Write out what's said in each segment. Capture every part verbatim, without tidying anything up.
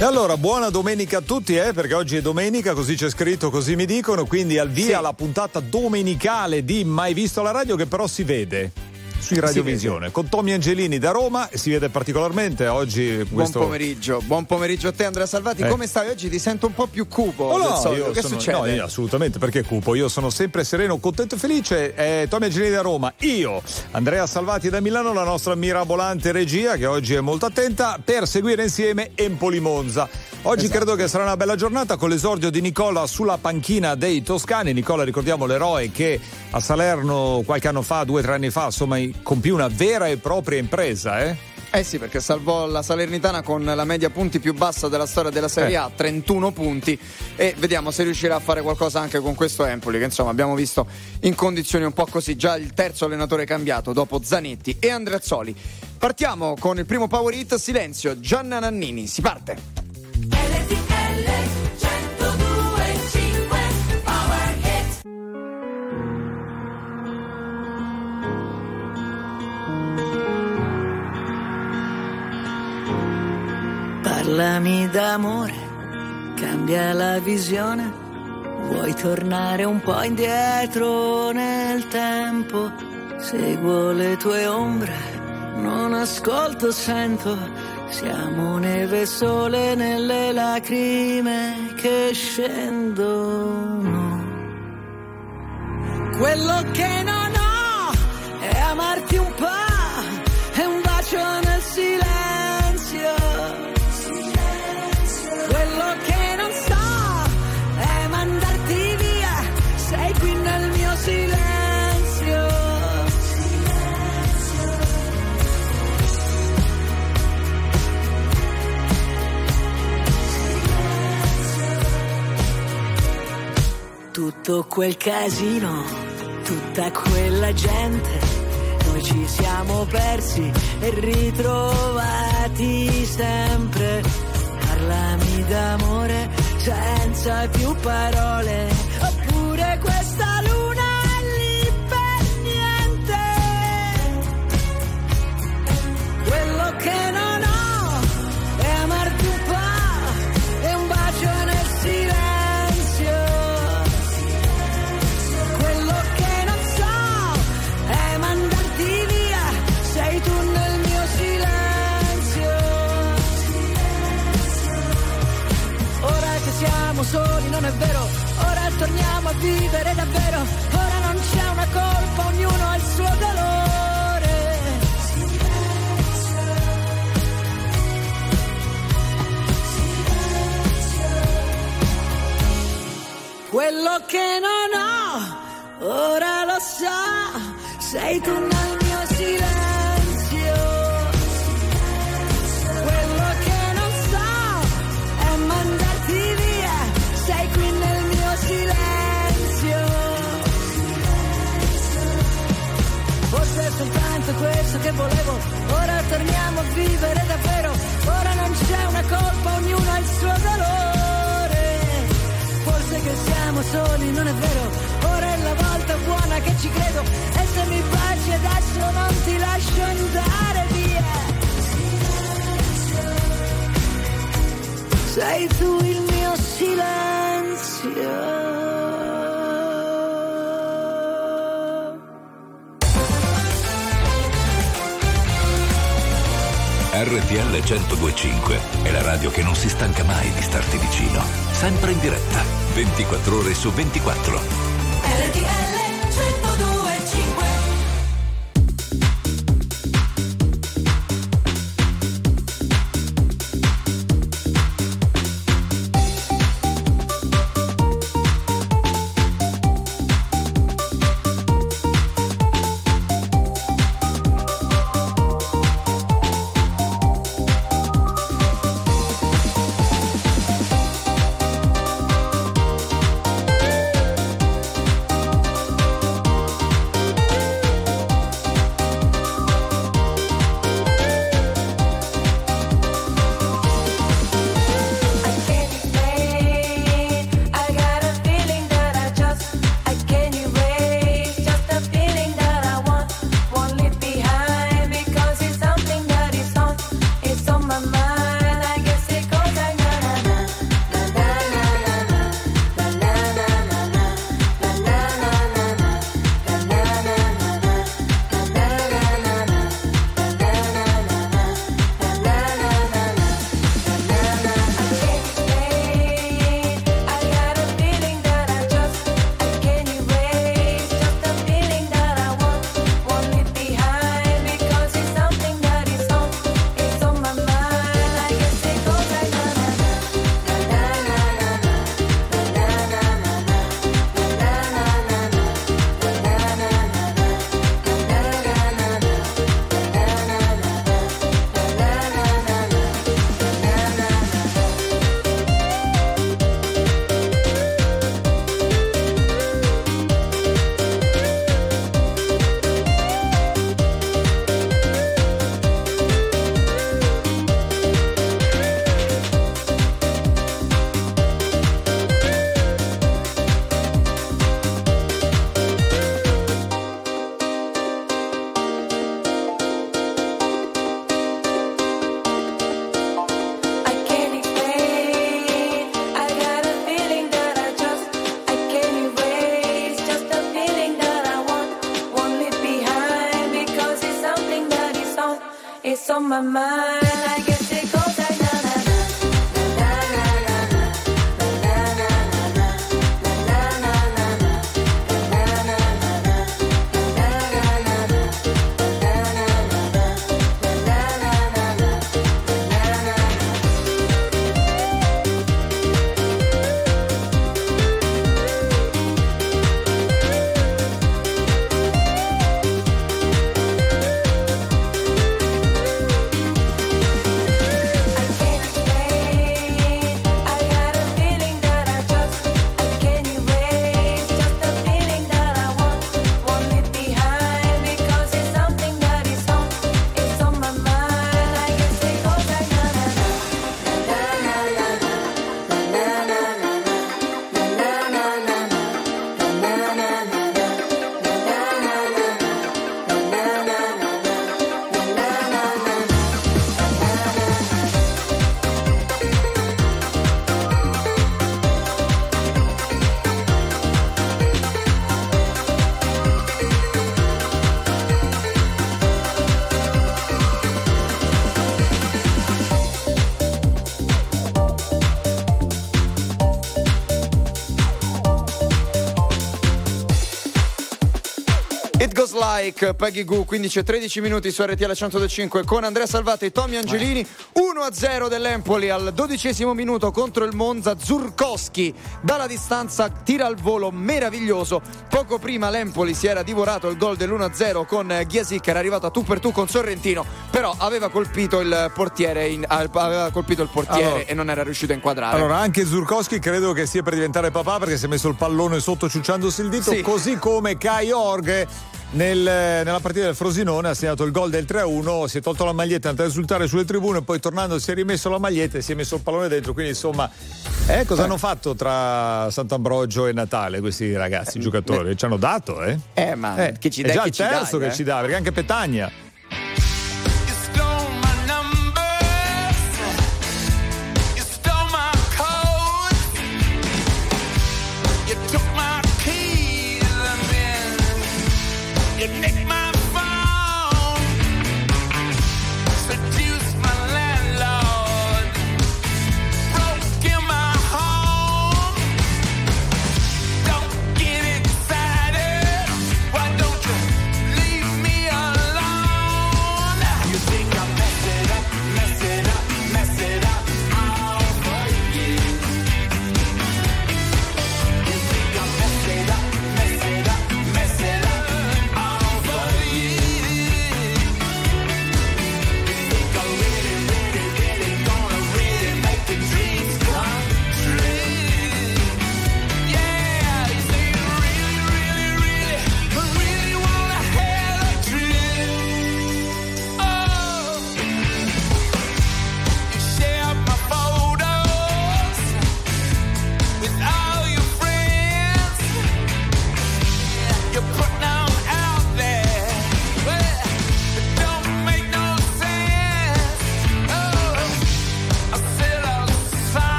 E allora, buona domenica a tutti, eh, perché oggi è domenica, così c'è scritto, così mi dicono, quindi al via sì. la puntata domenicale di Mai Visto la Radio, che però si vede su Radiovisione, con Tommy Angelini da Roma, e si vede particolarmente oggi questo... Buon pomeriggio, buon pomeriggio a te Andrea Salvati, eh. come stai? Oggi ti sento un po' più cupo oh, del no, solito, io che sono, succede? No, io assolutamente, perché cupo? Io sono sempre sereno, contento e felice. eh, Tommy Angelini da Roma, io, Andrea Salvati da Milano, la nostra mirabolante regia che oggi è molto attenta per seguire insieme Empoli Monza. Oggi esatto. credo che sarà una bella giornata con l'esordio di Nicola sulla panchina dei toscani. Nicola, ricordiamo, l'eroe che a Salerno qualche anno fa, due o tre anni fa, insomma, compì una vera e propria impresa, eh? Eh sì, perché salvò la Salernitana con la media punti più bassa della storia della Serie eh. A, trentuno punti, e vediamo se riuscirà a fare qualcosa anche con questo Empoli, che insomma abbiamo visto in condizioni un po' così, già il terzo allenatore cambiato dopo Zanetti e Andreazzoli. Partiamo con il primo Power Hit, Silenzio, Gianna Nannini, si parte. Parlami d'amore, cambia la visione, vuoi tornare un po' indietro nel tempo, seguo le tue ombre, non ascolto, sento, siamo neve e sole nelle lacrime che scendono. Quello che non ho è amarti un po', è un bacio nel silenzio. Quello che non so è mandarti via, sei qui nel mio silenzio. Tutto quel casino, tutta quella gente, noi ci siamo persi e ritrovati sempre. Parlami d'amore senza più parole, oppure questa luna è lì per niente. Quello che non ho è amarti un po', è un bacio nel silenzio. Quello che non so è mandarti via, sei tu nel mio silenzio. Siamo soli, non è vero, ora torniamo a vivere davvero, ora non c'è una colpa, ognuno ha il suo dolore. Quello che non ho, ora lo so, sei tu nel mio silenzio. Forse è soltanto questo che volevo, ora torniamo a vivere davvero, ora non c'è una colpa, ognuno ha il suo dolore. Forse che siamo soli, non è vero, ora è la volta buona che ci credo, e se mi baci adesso non ti lascio andare via. Sei tu il mio silenzio. R T L centodue e cinque è la radio che non si stanca mai di starti vicino, sempre in diretta, ventiquattro ore su ventiquattro. R T L centodue e cinque. It's on my mind, I guess it goes like na na na. It Goes Like, Peggy Goo, quindici e tredici minuti su R T L centodue e cinque con Andrea Salvati e Tommy Angelini. uno a zero dell'Empoli al dodicesimo minuto contro il Monza. Zurkowski dalla distanza tira al volo meraviglioso. Poco prima l'Empoli si era divorato il gol dell'uno a zero con Ghiasi, che era arrivato a tu per tu con Sorrentino, però aveva colpito il portiere in, aveva colpito il portiere allora, e non era riuscito a inquadrare. Allora anche Zurkowski credo che sia per diventare papà, perché si è messo il pallone sotto ciucciandosi il dito, sì. Così come Kai Orghe Nel, nella partita del Frosinone ha segnato il gol del tre a uno, si è tolto la maglietta andando a esultare sulle tribune, poi tornando si è rimesso la maglietta e si è messo il pallone dentro, quindi insomma eh, cosa eh. hanno fatto tra Sant'Ambrogio e Natale questi ragazzi eh, giocatori? Eh. Ci hanno dato eh? Eh ma eh, che ci dai, è già che il terzo dai, che eh? ci dà, perché anche Petagna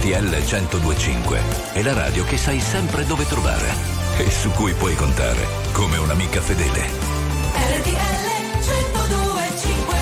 T L centodue e cinque è la radio che sai sempre dove trovare e su cui puoi contare come un'amica fedele. R T L centodue e cinque.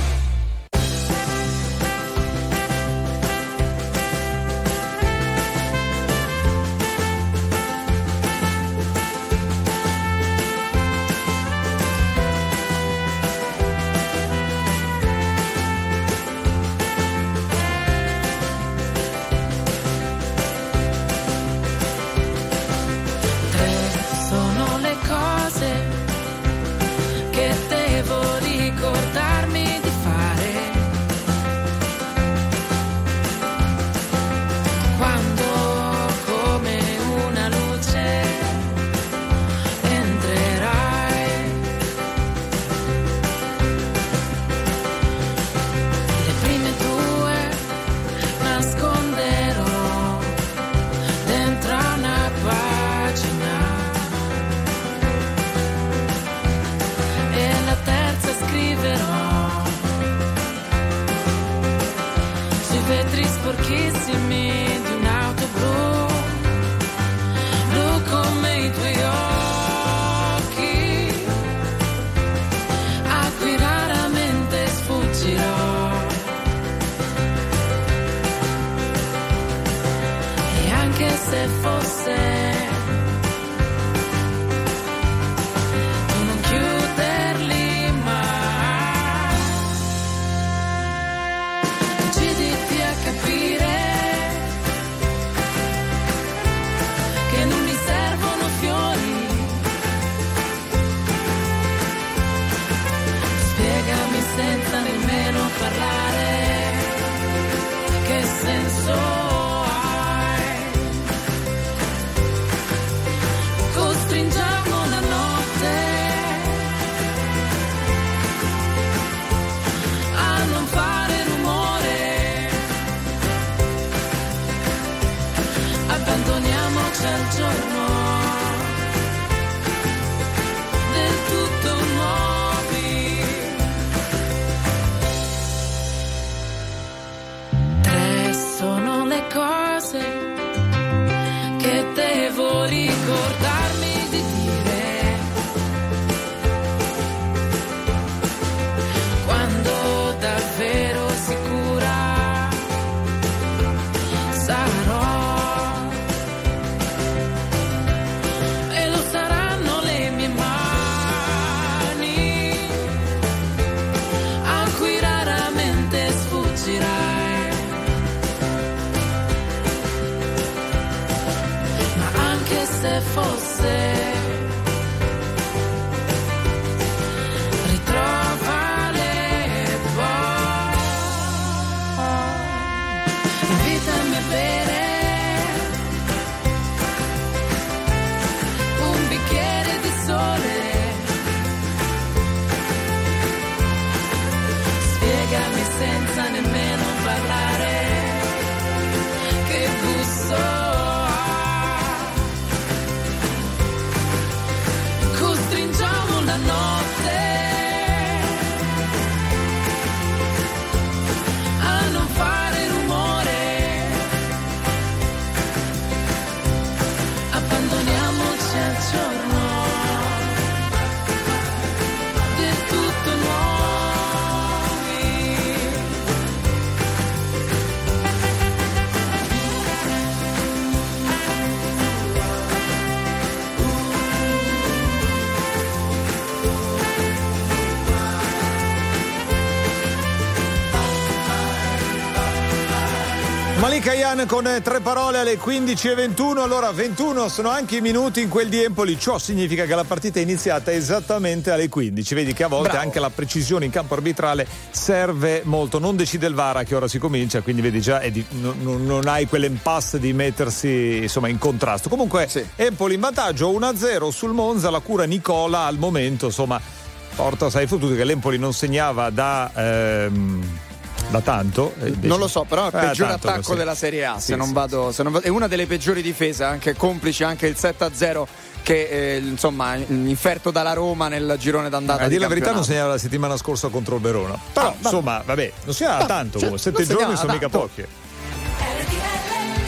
Malika Yan con tre parole alle quindici e ventuno. Allora ventuno sono anche i minuti in quel di Empoli, ciò significa che la partita è iniziata esattamente alle quindici. Vedi che a volte Bravo. Anche la precisione in campo arbitrale serve molto. Non decide il V A R a che ora si comincia, quindi vedi già è di, non, non hai quell'impasse di mettersi insomma in contrasto. Comunque sì. Empoli in vantaggio uno a zero sul Monza, la cura Nicola al momento insomma porta, sai fottuto che l'Empoli non segnava da ehm, da tanto invece... non lo so, però è il eh, peggior attacco sì. della Serie A, sì, se, non sì, vado, se non vado è una delle peggiori difese, anche complice anche il sette a zero che eh, insomma inferto dalla Roma nel girone d'andata. A dire di la verità non segnava la settimana scorsa contro il Verona, però ah, insomma vabbè non segnava tanto, cioè, sette giorni sono mica pochi.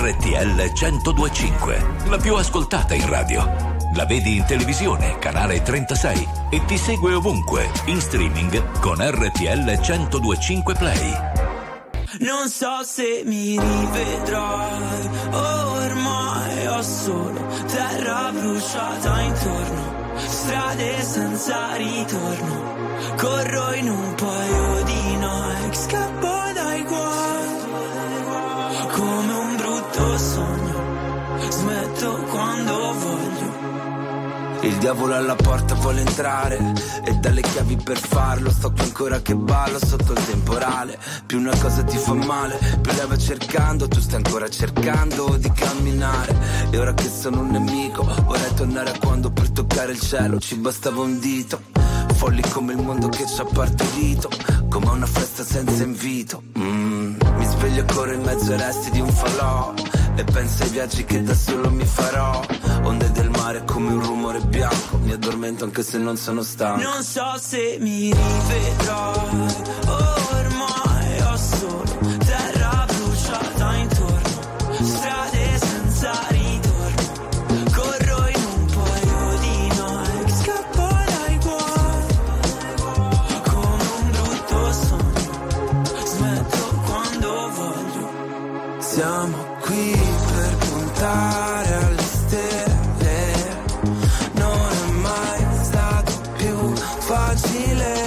R T L centodue e cinque, la più ascoltata in radio. La vedi in televisione, canale trentasei, e ti segue ovunque, in streaming con R T L centodue e cinque Play. Non so se mi rivedrai, ormai ho solo terra bruciata intorno, strade senza ritorno, corro in un paio di Nike, scappo dai guai, come un brutto sogno, smetto quando voglio. Il diavolo alla porta vuole entrare e dalle chiavi per farlo. Sto qui ancora che ballo sotto il temporale. Più una cosa ti fa male, più lei va cercando. Tu stai ancora cercando di camminare. E ora che sono un nemico vorrei tornare a quando per toccare il cielo ci bastava un dito. Folli come il mondo che ci ha partorito, come una festa senza invito. mm. Mi sveglio e corro in mezzo ai resti di un falò e penso ai viaggi che da solo mi farò. Onde del mare come un rumore bianco, mi addormento anche se non sono stanco. Non so se mi rivedrai, ormai ho solo terra bruciata intorno, strade senza ritorno, corro in un paio di Nike, scappo dai guai, come un brutto sogno, smetto quando voglio. Siamo qui per puntare alle stelle, non è mai stato più facile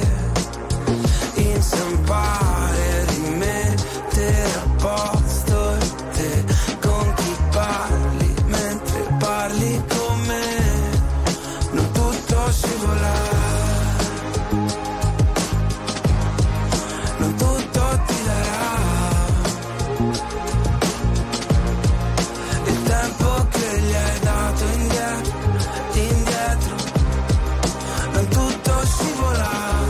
inciampare, rimettere a posto te con chi parli mentre parli con me, non tutto scivola, non tutto ti darà il tempo che gli hai dato indietro, indietro, non tutto scivola.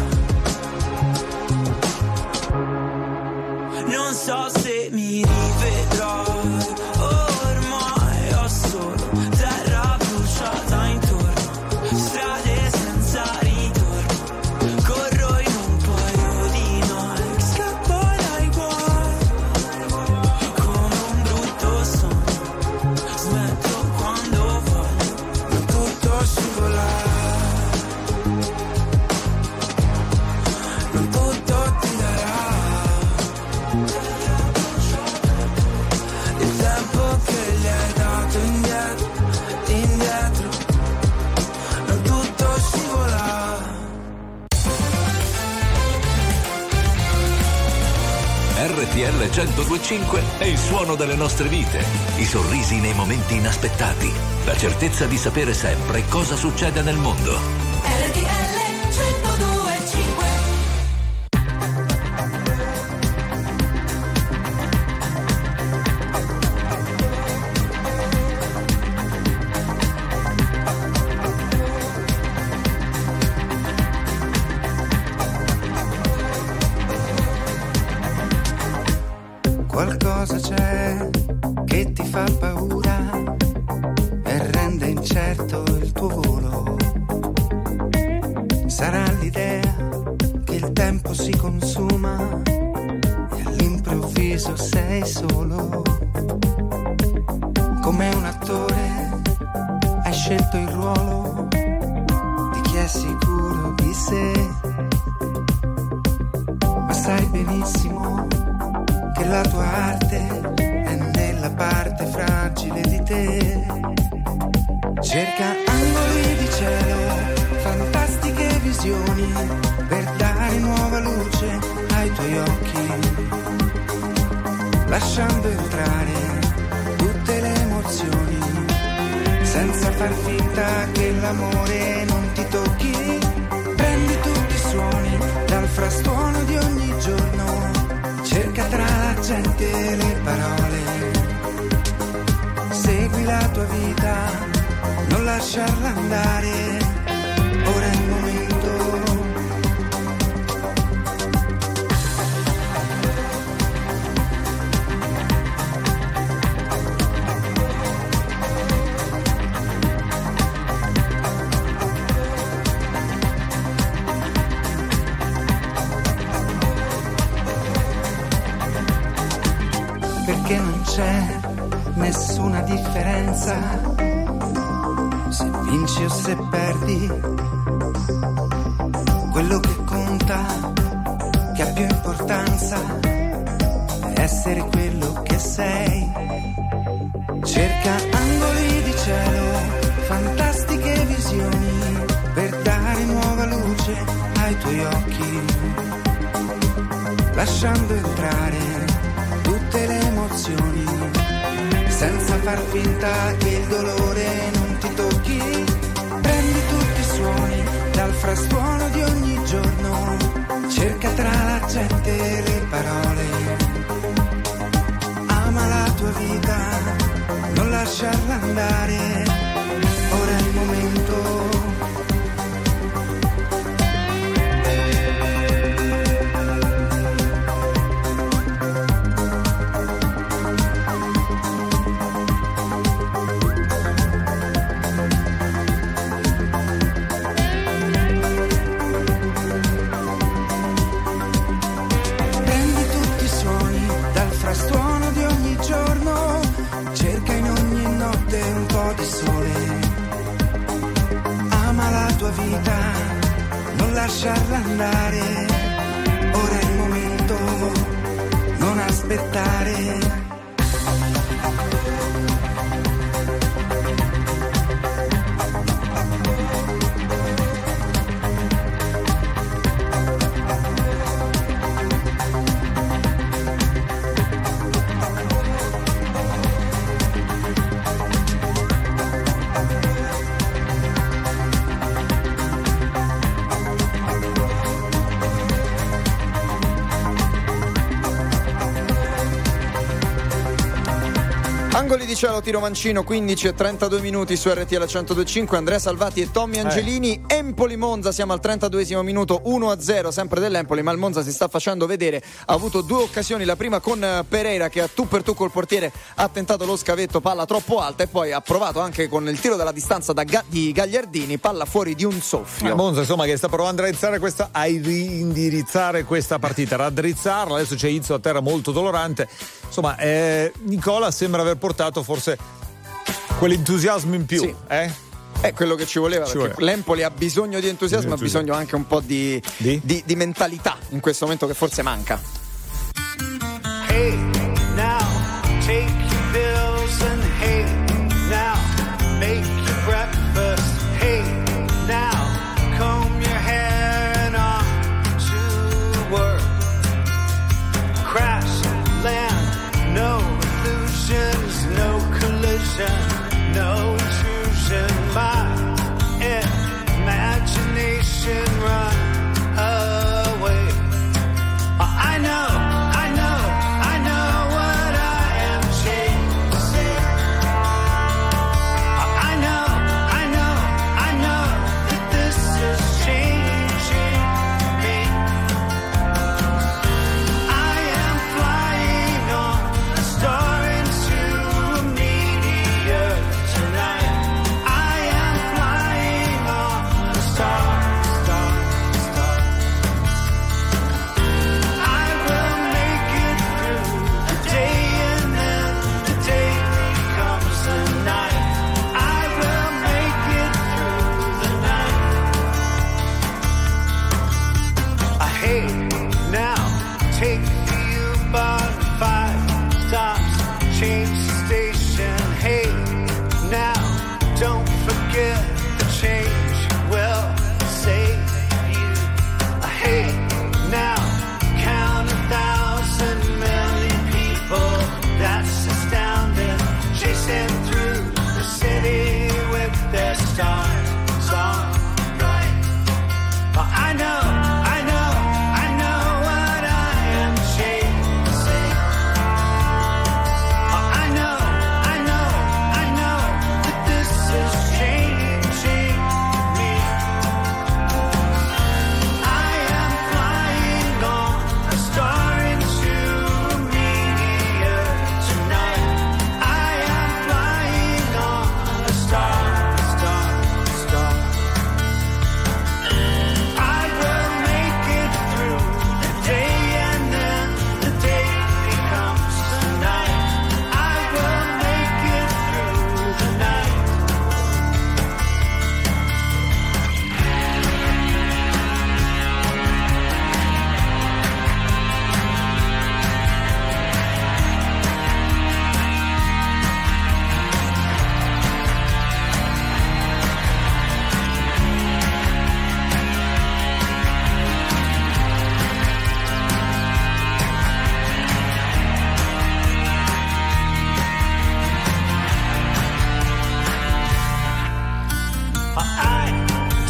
Non so se mi rivedrai, ormai ho solo terra bruciata intorno, strade senza ritorno, corro in un paio di Nike, scappo dai guai, come un brutto sogno, smetto quando voglio. Non tutto scivola, non tutto ti darà il tempo che gli hai dato indietro, indietro, non tutto scivola. R T L centodue e cinque è il suono delle nostre vite, i sorrisi nei momenti inaspettati, la certezza di sapere sempre cosa succede nel mondo. R T L centodue e cinque. Qualcosa c'è che ti fa paura e rende incerto il tuo volo. Sarà l'idea che il tempo si consuma e all'improvviso sei solo. Come un attore hai scelto il ruolo di chi è sicuro di sé, ma sai benissimo che la tua arte è nella parte fragile di te. Cerca angoli di cielo, fantastiche visioni, per dare nuova luce ai tuoi occhi, lasciando entrare tutte le emozioni, senza far finta che l'amore non ti tocchi. Prendi tutti i suoni dal frastuono di ogni giorno, cerca tra la gente le parole, segui la tua vita, non lasciarla andare, ora è il momento. Perché non c'è nessuna differenza, se vinci o se perdi, quello che conta, che ha più importanza, è essere quello che sei. Cerca angoli di cielo, fantastiche visioni, per dare nuova luce ai tuoi occhi, lasciando entrare tutte le emozioni, senza far finta che il dolore non ti tocchi. Prendi tutti i suoni dal frastuono di ogni giorno, cerca tra la gente le parole, ama la tua vita, non lasciarla andare, ora è il momento. Lasciarla andare, ora è il momento, non aspettare. Angoli di cielo, tiro mancino, quindici e trentadue minuti su R T L centodue e cinque. Andrea Salvati e Tommy Angelini. eh. Empoli Monza, siamo al trentaduesimo minuto, uno a zero sempre dell'Empoli, ma il Monza si sta facendo vedere. Ha avuto due occasioni, la prima con Pereira che a tu per tu col portiere ha tentato lo scavetto, palla troppo alta, e poi ha provato anche con il tiro dalla distanza da Ga- di Gagliardini, palla fuori di un soffio. eh, Monza insomma che sta provando a indirizzare questa, a indirizzare questa partita, raddrizzarla. Adesso c'è Izzo a terra molto dolorante. Insomma, eh, Nicola sembra aver portato forse quell'entusiasmo in più. Sì. eh? È quello che ci voleva, ci perché voleva. l'Empoli ha bisogno di entusiasmo, ha bisogno anche un po' di, di? di, di mentalità in questo momento che forse manca. Hey, now, take your bills and hey, now, make your breakfast. Hey, now, comb your hair and on to work. Crash, land, no illusions, no collision, no intrusion. My imagination run away. I know, I know, I know.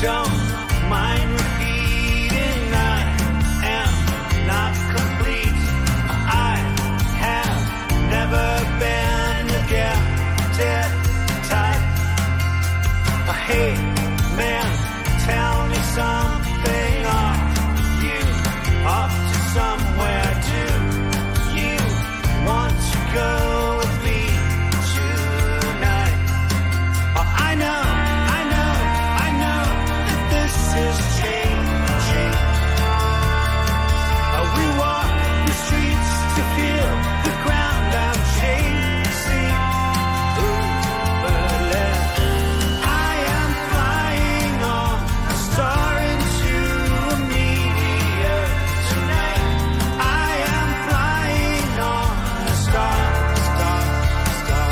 don't mind repeating, I am not complete. I have never been a gifted type. Hey man, tell me something. Are you off to somewhere? Do you want to go with me tonight? Oh, I know, I know, I know that this is changing. Oh, we walk the streets to feel the ground I'm chasing. Ooh, but let I am flying on a star into a meteor tonight. I am flying on a star, star, star.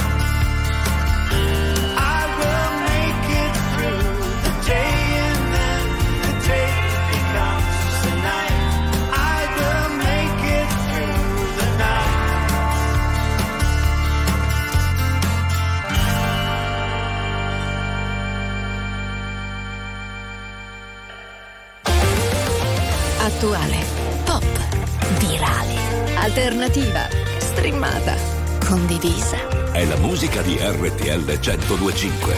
I will make it through the day and then the day becomes the night. I will make it through the night. Attuale, pop, virale, alternativa, streamata, condivisa. È la musica di R T L centodue e cinque.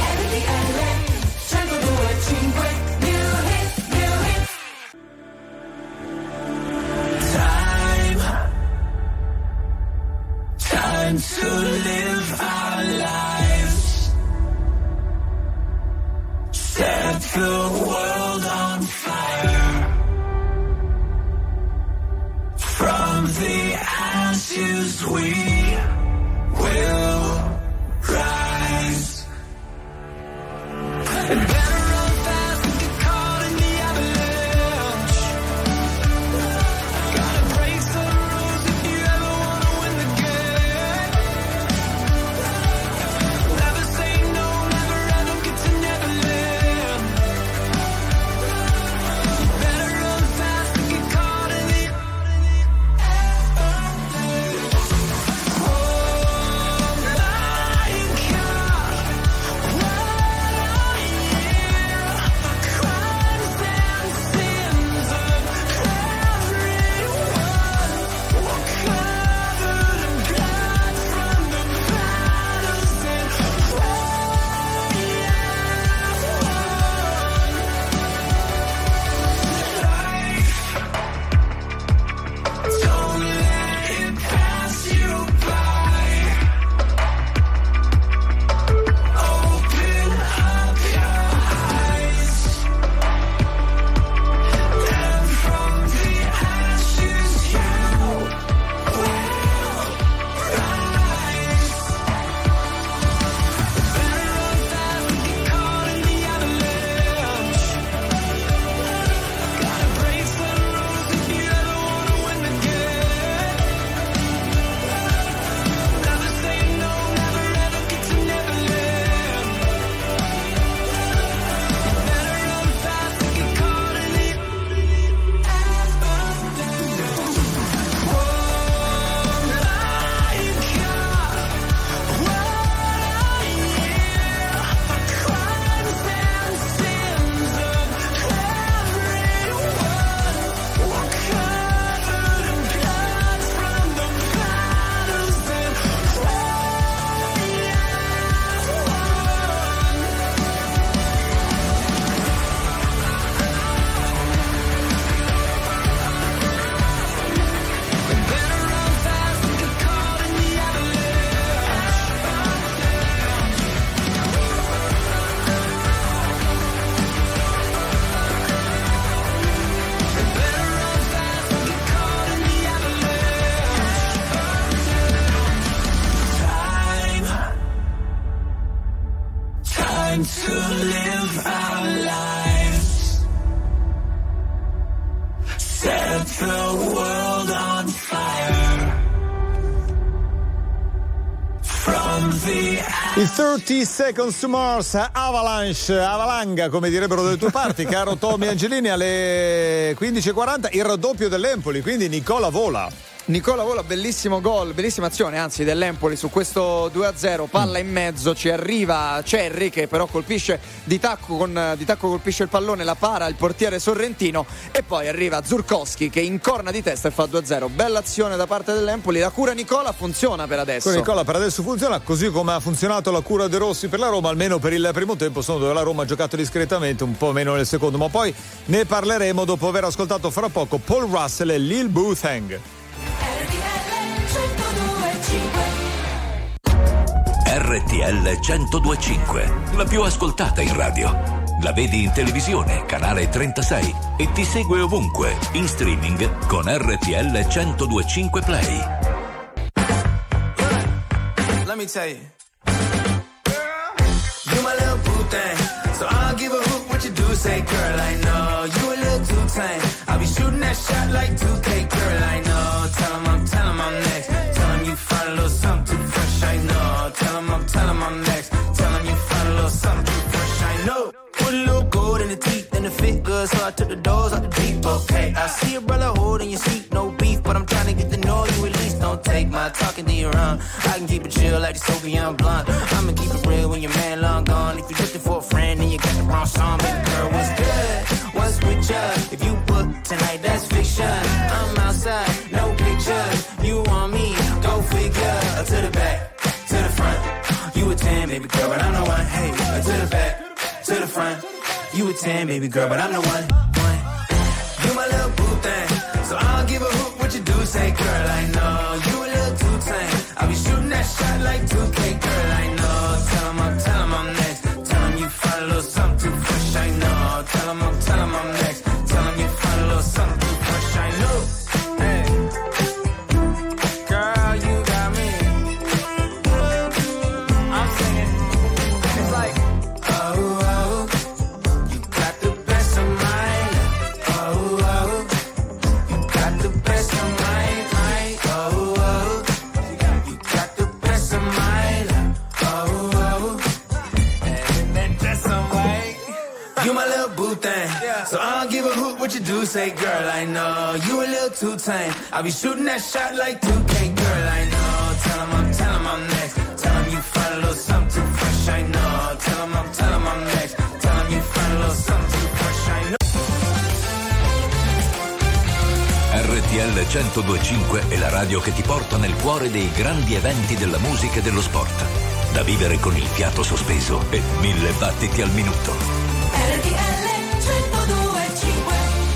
Time, time to live our lives. Set the world on fire. From the ashes we will rise. And better run fast than get caught in the avalanche. Gotta break some rules if you ever wanna win the game. Never say no, never ever get to Neverland. Better run fast than get caught in the time to live our lives. Set the world on fire. From the I thirty Seconds to Mars, Avalanche, Avalanga, come direbbero dalle tue parti, caro Tommy Angelini, alle quindici e quaranta, il raddoppio dell'Empoli, quindi Nicola vola. Nicola Vola, bellissimo gol, bellissima azione anzi dell'Empoli su questo due a zero, palla in mezzo, ci arriva Cerri che però colpisce di tacco, con, di tacco colpisce il pallone, la para il portiere sorrentino e poi arriva Zurkowski che incorna di testa e fa due a zero. Bella azione da parte dell'Empoli, la cura Nicola funziona per adesso. Con Nicola per adesso funziona, così come ha funzionato la cura De Rossi per la Roma, almeno per il primo tempo, sono dove la Roma ha giocato discretamente, un po' meno nel secondo, ma poi ne parleremo dopo aver ascoltato fra poco Paul Russell e Lil Bootang. R T L centodue e cinque, la più ascoltata in radio. La vedi in televisione, canale trentasei e ti segue ovunque, in streaming con R T L centodue e cinque Play. Let me tell you, you my little boo thing, so I'll give a hoot what you do say, girl, I know, you a little too tame, I'll be shooting that shot like two K, girl, I know, tell him I'm, tell him I'm next, tell him you find a little something too fresh, I know, tell him I'm, tell him I'm next, tell him you find a little something too fresh, I know, put a little gold in the teeth and it fit good, so I took the doors out the deep, okay, I see a brother holding your seat, no beef, but I'm trying to get to know you at least, don't take my talking to your own, I can keep it chill like the Soviet blunt, I'ma keep it real when your man long gone, if you're looking for a friend and you got the wrong song, baby girl, what's good, what's with ya, if you book tonight, that's fiction, I'm outside, no pictures, you want me, go figure, uh, to the back, to the front, you a ten, baby girl, but I'm the one, hey, uh, to the back, to the front, you a ten, baby girl, but I'm the one, one, you my little boo thing, so I'll give a hoot what you do say, girl, I know, you a little too tame, I'll be shooting that shot like two K, girl, I know, tell him I'm, tell him I'm next, tell him you find a little something too fresh, I know, tell him I'm, tell him I'm next, tell him you find a little something too fresh, I know, hey, girl, you got me, I'm singing, it's like, oh, oh, you got the best of mine, oh, oh, you got the best of mine, mine, oh, oh, you got the best of mine, oh, oh, and then that's alright. You my little boo thing, so I don't give a hoot what you do say, girl, I know, you a little too tame, I'll be shooting that shot like two K, girl, I know, tell him I'm, tell him I'm next, tell him you find a little something too fresh, I know, tell him I'm, tell him I'm next, tell him you find a little something too fresh, I know. R T L centodue e cinque è la radio che ti porta nel cuore dei grandi eventi della musica e dello sport. Da vivere con il fiato sospeso e mille battiti al minuto. R T L centodue e cinque.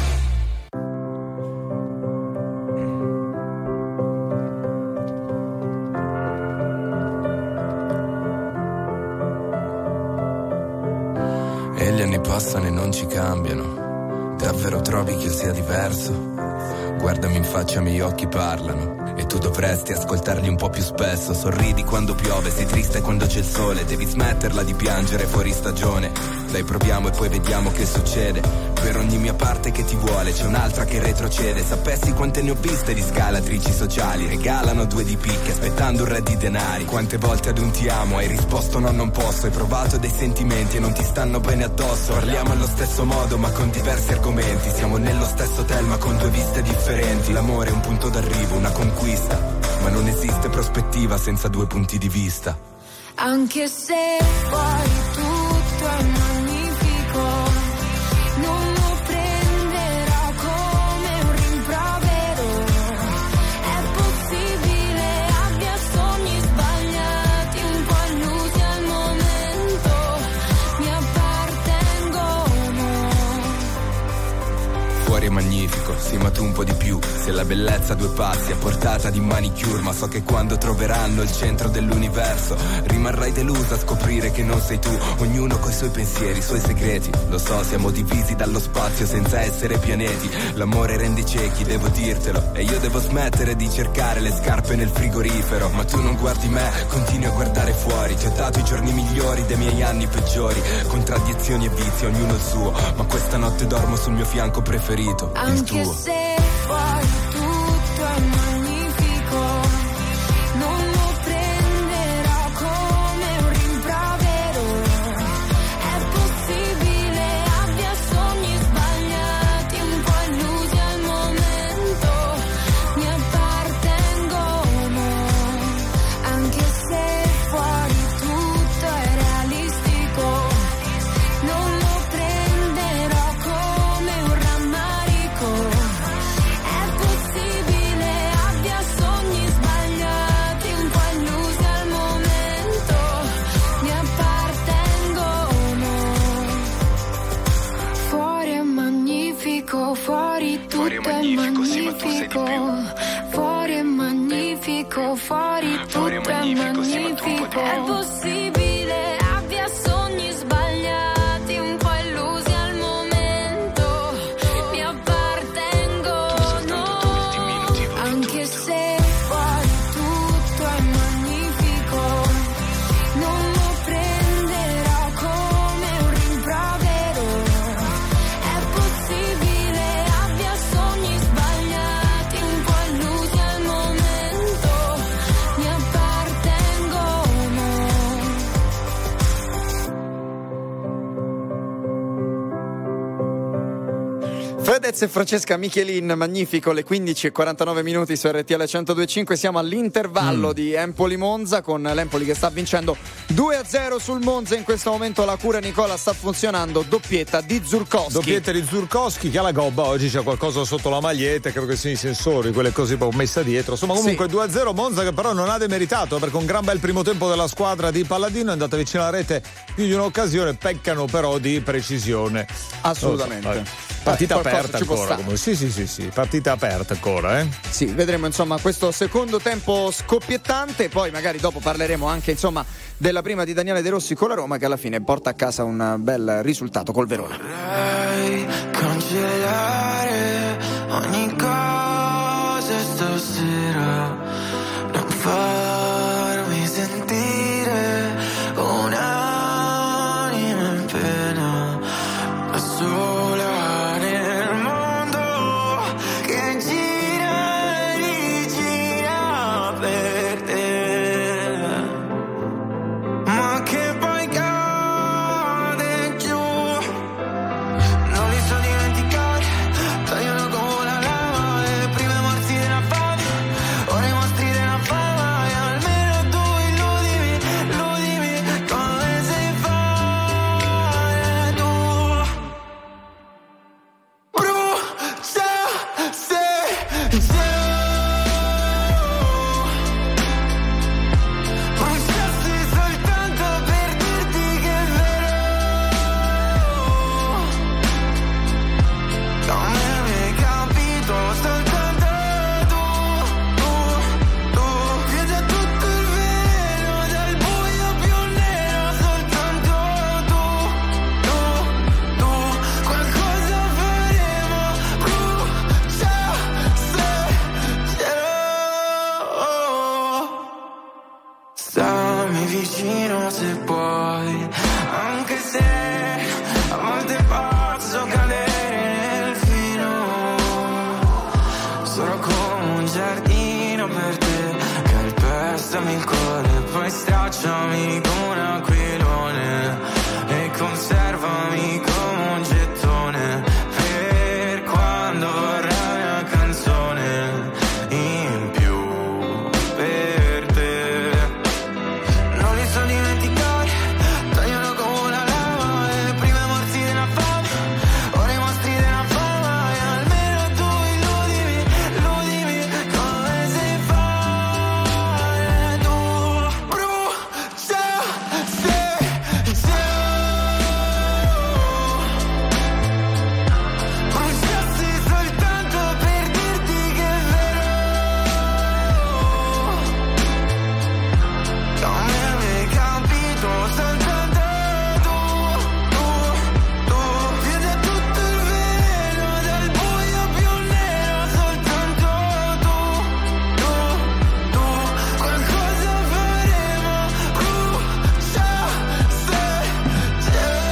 E gli anni passano e non ci cambiano. Davvero trovi che io sia diverso? Guardami in faccia, i miei occhi parlano. E tu dovresti ascoltarli un po' più spesso. Sorridi quando piove, sei triste quando c'è il sole. Devi smetterla di piangere fuori stagione. Dai, proviamo e poi vediamo che succede. Per ogni mia parte che ti vuole c'è un'altra che retrocede. Sapessi quante ne ho viste di scalatrici sociali. Regalano due di picche aspettando un re di denari. Quante volte ad un ti amo hai risposto no, non posso. Hai provato dei sentimenti e non ti stanno bene addosso. Parliamo allo stesso modo ma con diversi argomenti. Siamo nello stesso hotel ma con due viste differenti. L'amore è un punto d'arrivo, una conquista, ma non esiste prospettiva senza due punti di vista. Anche se poi tutto è magnifico, non lo prenderò come un rimprovero. È possibile abbia sogni sbagliati, un po' illusi al momento, mi appartengono. Fuori è magnifico, sì ma tu un po' di più. Se la bellezza a due passi a portata di manicure. Ma so che quando troveranno il centro dell'universo rimarrai delusa a scoprire che non sei tu. Ognuno coi suoi pensieri, i suoi segreti. Lo so, siamo divisi dallo spazio senza essere pianeti. L'amore rende ciechi, devo dirtelo. E io devo smettere di cercare le scarpe nel frigorifero. Ma tu non guardi me, continui a guardare fuori. Ti ho dato i giorni migliori dei miei anni peggiori. Contraddizioni e vizi, ognuno il suo. Ma questa notte dormo sul mio fianco preferito, il Anche tuo. se poi tutto è magnifico, non lo prenderò come un rimprovero. È possibile abbia sogni sbagliati, un po' illusi al momento, mi appartengono. Fedez e Francesca Michelin, magnifico, le quindici e quarantanove minuti su R T L centodue e cinque. Siamo all'intervallo mm. di Empoli-Monza, con l'Empoli che sta vincendo due a zero sul Monza. In questo momento la cura Nicola sta funzionando, doppietta di Zurkowski. Doppietta di Zurkowski che ha la gobba, oggi c'è qualcosa sotto la maglietta, credo che siano i sensori, quelle cose proprio messa dietro. Insomma, comunque sì. due a zero Monza, che però non ha demeritato, perché un gran bel primo tempo della squadra di Palladino, è andata vicino alla rete più di un'occasione, peccano però di precisione. Assolutamente. So, partita eh, aperta ancora, come, sì sì sì sì, partita aperta ancora, eh. Sì, vedremo insomma questo secondo tempo scoppiettante, poi magari dopo parleremo anche insomma della prima di Daniele De Rossi con la Roma, che alla fine porta a casa un bel risultato col Verona. Vorrei cancellare ogni cosa stasera, non farmi sentire un'anima in pena, da sola nel mondo che gira e rigira per te, ma che poi cade giù. Non li so dimenticare, tagliano come la lava, le prime morti della fame, ora i mostri della fama, e almeno tu illudimi, illudimi come sei fare tu. Brucia se bruciassi soltanto per dirti che è vero, come mi hai capito soltanto tu, tu, tu, vedi tutto il vero dal buio più nero, soltanto tu, tu, tu, qualcosa faremo, brucia se cielo. Stammi vicino se puoi, anche se a volte posso cadere nel fino, sono come un giardino per te, calpestami il cuore, poi stracciami come un aquilone e conservami come un gettone per quando vorrai una canzone in più per te. Non li so dimenticare, tagliano come la lava, le prime morti della fame, ora i mostri della fama, e almeno tu illudimi, illudimi come sei fare tu. Brucia se bruciassi soltanto per dirti che è vero, come mi hai capito soltanto tu, tu, tu, vedi tutto il vero dal buio più nero, soltanto tu, tu, tu, qualcosa faremo, brucia se cielo.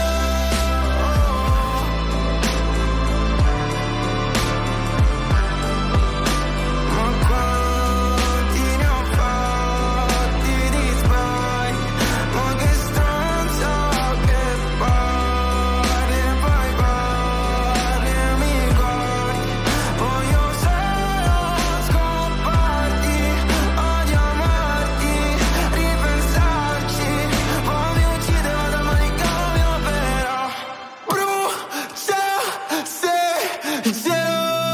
Ma quanti ne ho fatti di sbagli, ma che stronzo che parli e poi parli e mi guardi, voglio solo scopparti, odio amarti, ripensarci, poi mi uccide, vado al manicomio però, brucia se cielo.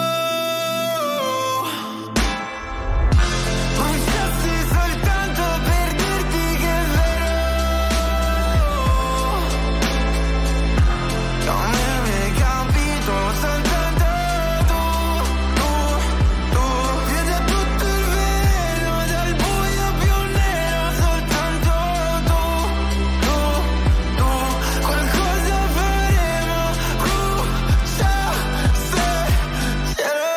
Bruciassi soltanto per dirti che è vero, come mi hai capito soltanto tu, tu, tu, vedi tutto il vero dal buio più nero, soltanto tu, tu, tu, qualcosa faremo, brucia se cielo.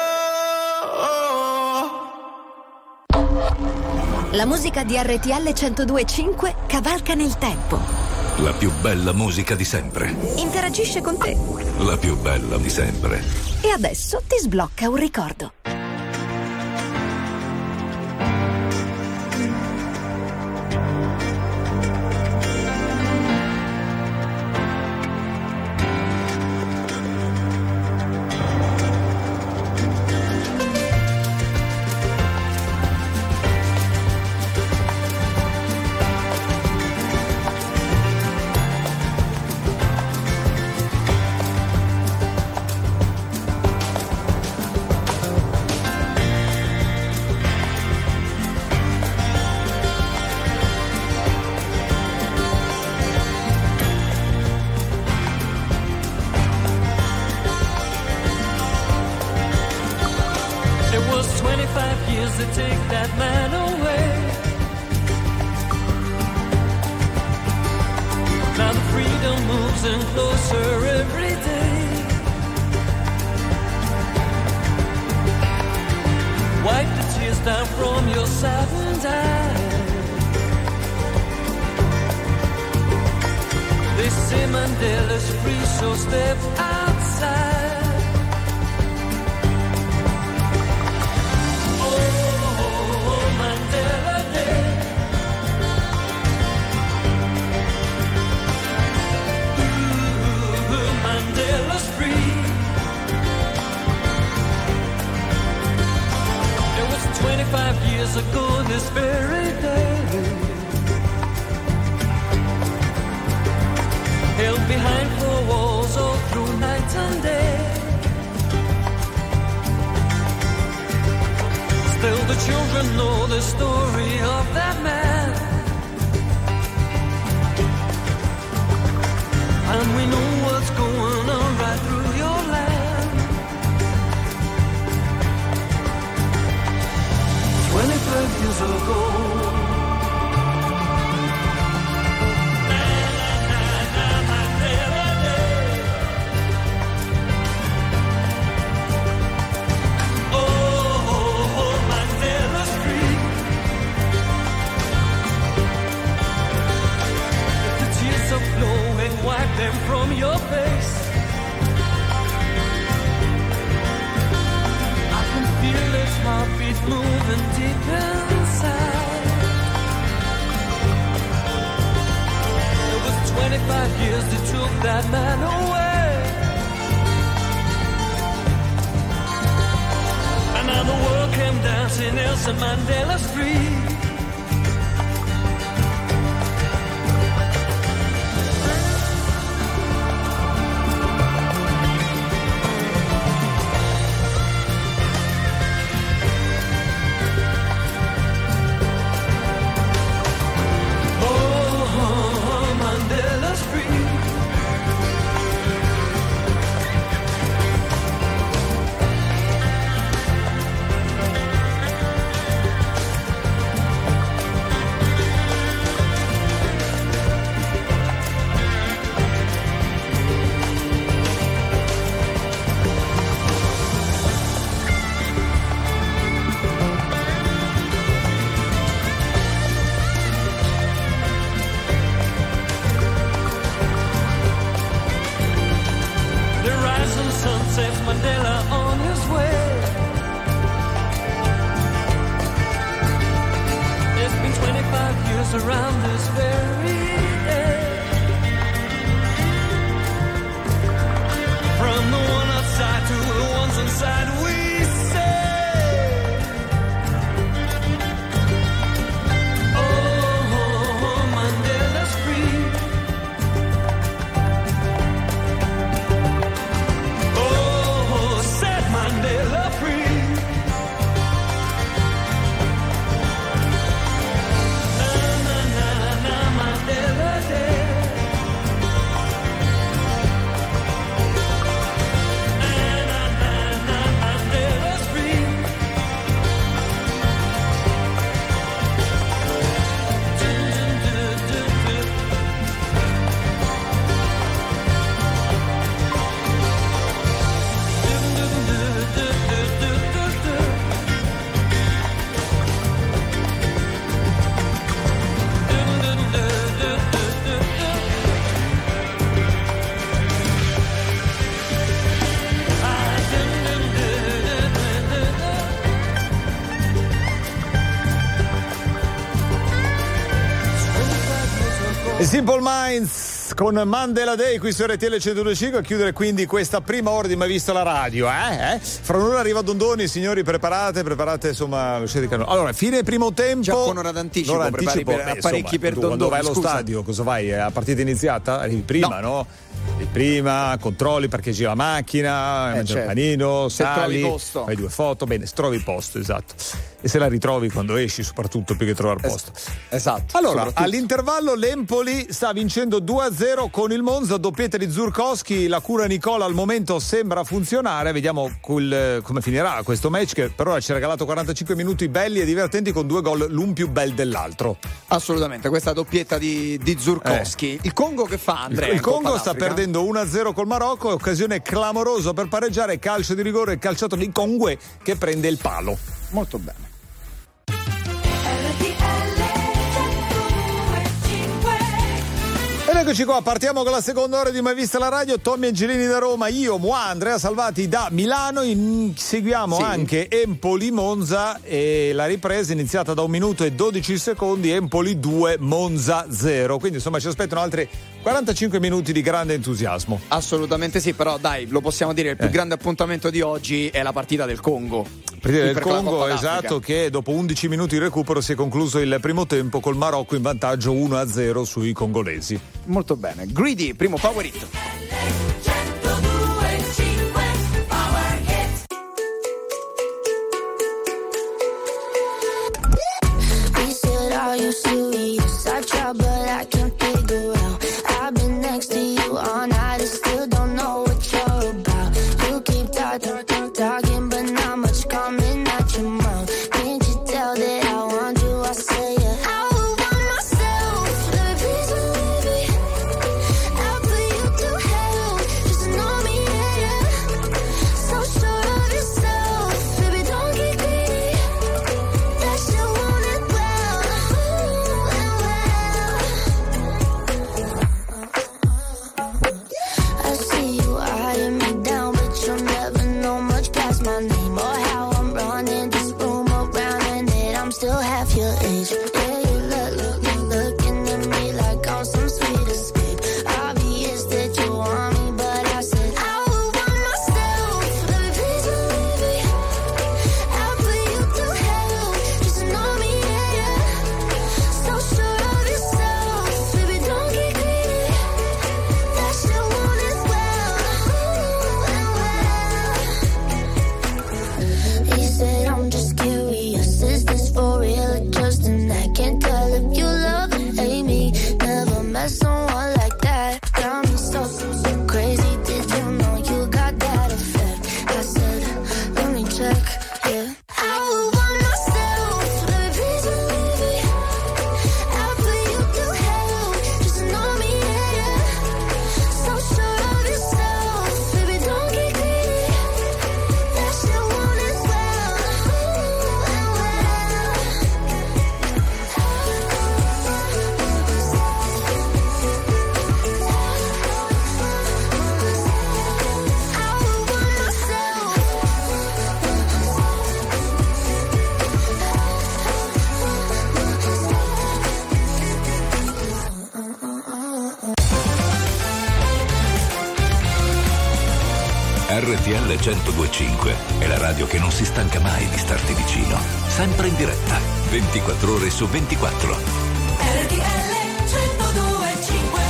La musica di R T L centodue e cinque cavalca nel tempo. La più bella musica di sempre. Interagisce con te. La più bella di sempre. E adesso ti sblocca un ricordo. years to take that man away. Now the freedom moves in closer every day. Wipe the tears down from your saddened eyes. They say Mandela's free, so step outside. Oh, Mandela Day. Ooh, Mandela's free. It was twenty-five years ago this very day. Held behind four walls all through night and day. Still the children know the story of that man. And we know what's going on right through your land. Twenty-five years ago. Wipe them from your face. I can feel his heartbeat moving deep inside. It was twenty-five years that took that man away. And now the world came dancing Nelson Mandela Street. Around this very day. From the one outside to the ones inside, we say, oh, Mandela's free. Oh, set Mandela free. Simple Minds con Mandela Day qui su R T L centodue e cinque a chiudere quindi questa prima ora di Mai Visto la Radio, eh? eh? Fra un'ora arriva Dondoni, signori, preparate, preparate insomma lo scende di canone. Allora, fine primo tempo. Già con ora d'anticipo, ora prepari anticipo, per, beh, apparecchi insomma, per tu, Dondoni. Quando vai allo scusa. stadio, cosa vai? A partita iniziata? Arrivi prima, no? no? prima, controlli, parcheggi la macchina, Eh, mangi certo. il panino, Se sali, trovi posto. fai due foto, bene, se trovi posto, esatto. E se la ritrovi quando esci, soprattutto, più che trovare posto. Esatto. Allora, soprattutto. all'intervallo l'Empoli sta vincendo due a zero con il Monza, doppietta di Zurkowski, la cura Nicola al momento sembra funzionare, vediamo quel- come finirà questo match che per ora ci ha regalato quarantacinque minuti belli e divertenti con due gol, l'un più bel dell'altro. Assolutamente, questa doppietta di, di Zurkowski. Il Congo che fa, Andrea? Il in Coppa Congo sta d'Africa? perdendo uno a zero col Marocco, occasione clamorosa per pareggiare, calcio di rigore calciato di Congue che prende il palo. Molto bene. Ed eccoci qua, partiamo con la seconda ora di Mai Vista la Radio. Tommy Angelini da Roma, io, Moa, Andrea Salvati da Milano. In- seguiamo Sì. anche Empoli-Monza e la ripresa è iniziata da un minuto e dodici secondi, Empoli due, Monza zero. Quindi insomma ci aspettano altri quarantacinque minuti di grande entusiasmo. Assolutamente sì, però dai, lo possiamo dire, il più Eh. grande appuntamento di oggi è la partita del Congo. Partita del Per la Congo, Coppa d'Africa. esatto, che dopo undici minuti di recupero si è concluso il primo tempo col Marocco in vantaggio uno a zero sui congolesi. Molto bene. Greedy, primo power hit. He said, are you serious? I tried, but I can't figure out. I've been next to you all night and still don't know what you're about. You keep talking, talking, talking, but not much coming out your mouth. Can't you tell that I want you? I say it. I would want myself. Baby, please believe me. I'll put you to hell. Just to know me, yeah, yeah. So sure of yourself. Baby, don't get greedy. That shit want it well. Ooh, and well. I see you eyeing me down, but you'll never know much past my name or how I'm running this room around and that I'm still half your age. Yeah, you look, look, look, looking at me like I'm some sweet escape. Obvious that you want me, but I said I would want myself. Baby, please believe me. I'll put you through hell. Just to know me, yeah, yeah. So sure of yourself. Baby, don't get greedy. That shit want it well. Ooh, and well. He said, I'm just curious. Is this for real or just an act? Can't tell if you love or hate me. Never met someone like that. Got me so, so crazy. Did you know you got that effect? I said, let me check, yeah. I would want myself. Baby, please believe me. I'll put you through hell. Just to know me, yeah, yeah. So sure of yourself. Baby, don't get greedy. That shit want it well. Ooh, and well. I would want myself. R T L centodue e cinque è la radio che non si stanca mai di starti vicino. Sempre in diretta, ventiquattro ore su ventiquattro. R T L centodue e cinque.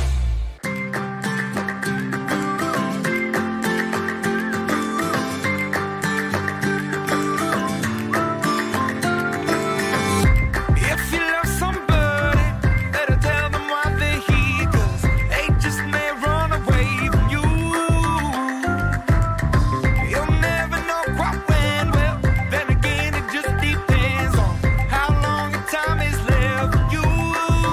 If you love somebody, better tell them why they're here, 'cause they just may run away from you. You'll never know quite when, well, then again it just depends on how long the time is left for you.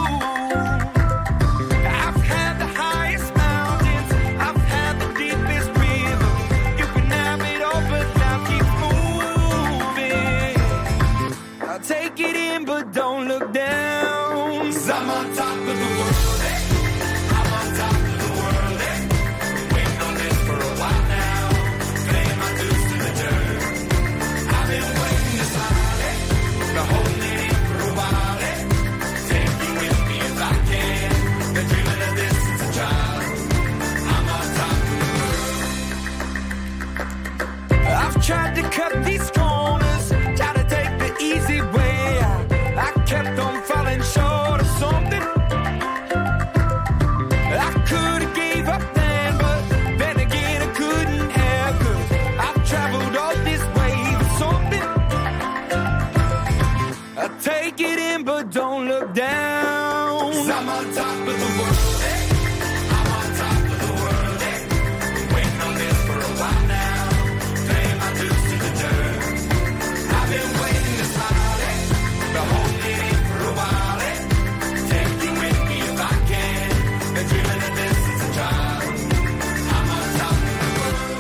down. 'Cause I'm on top of the world, eh? I'm on top of the world, eh? Waiting on this for a while now. Paying my dues to the dirt. I've been waiting to smile, eh? To hold it in for a while, eh? Take you with me if I can. Been dreaming of this since a child. I'm on top of the world.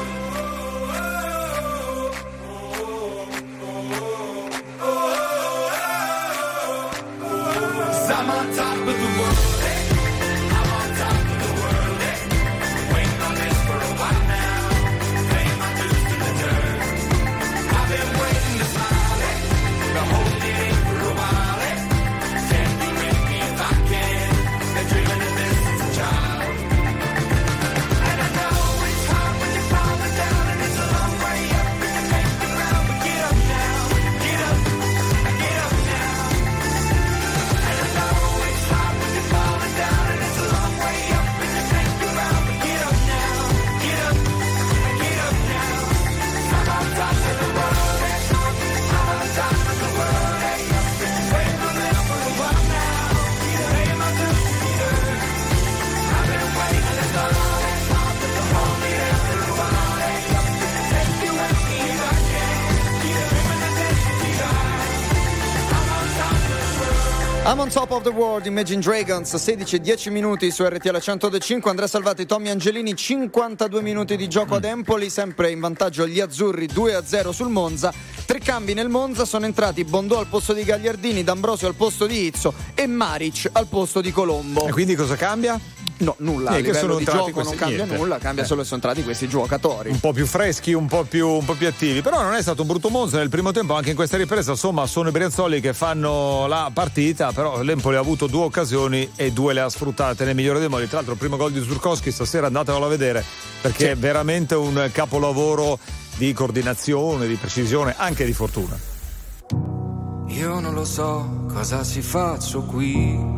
I'm on top of the world, eh? I'm on top of the world, eh? Waiting on this for a while now. Paying my dues to the dirt. I've been waiting to smile, eh? To hold it in for a while, eh? Take you with me if I can. Been dreaming of this since a child. And I know it's hard when you're falling down, and it's a long way up and you make the ground. But get up now, get up, get up now. And I know it's hard when you're falling down, and it's a long way up and you make the ground. But get up now, get up, get up now. I'm on top of the world, eh? I'm on top of the world, eh? Waiting on this for a while now. Paying my dues to the dirt. I've been waiting this long, eh? To hold me there for a while, eh? Take you with me if I can. Dreaming of this since a child. I'm on top of the world. I'm on top of the world, Imagine Dragons, sedici e dieci minuti su R T L centocinque. Andrea Salvati, Tommy Angelini, cinquantadue minuti di gioco ad Empoli, sempre in vantaggio gli azzurri, due a zero sul Monza. Tre cambi nel Monza, sono entrati Bondò al posto di Gagliardini, D'Ambrosio al posto di Izzo e Maric al posto di Colombo. E quindi cosa cambia? No, nulla, Eh, a che livello sono di entrati gioco non questi- cambia niente. nulla, cambia Eh. solo che sono entrati questi giocatori. Un po' più freschi, un po' più, un po' più attivi, però non è stato un brutto Monza nel primo tempo, anche in questa ripresa. Insomma, sono i Brianzoli che fanno la partita, però l'Empoli ha avuto due occasioni e due le ha sfruttate nel migliore dei modi. Tra l'altro il primo gol di Zurkowski stasera andatevelo a vedere, perché Sì. è veramente un capolavoro di coordinazione, di precisione, anche di fortuna. Io non lo so cosa ci faccio qui.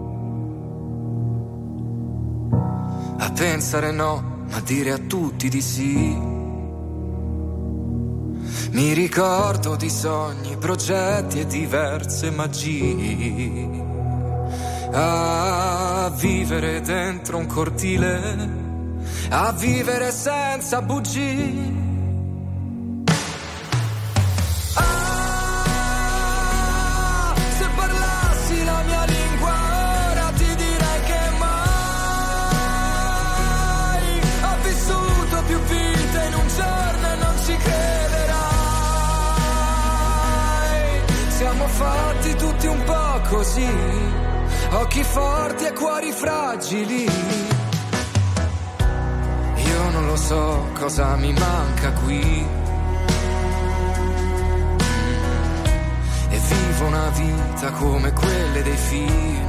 A pensare no, ma dire a tutti di sì. Mi ricordo di sogni, progetti e diverse magie. A vivere dentro un cortile, a vivere senza bugie. Ah, se parlassi la mia lingua ora ti direi che mai ho vissuto più vite in un giorno e non ci crederai. Siamo fatti tutti un po' così, occhi forti e cuori fragili. Io non lo so cosa mi manca qui. E vivo una vita come quelle dei film,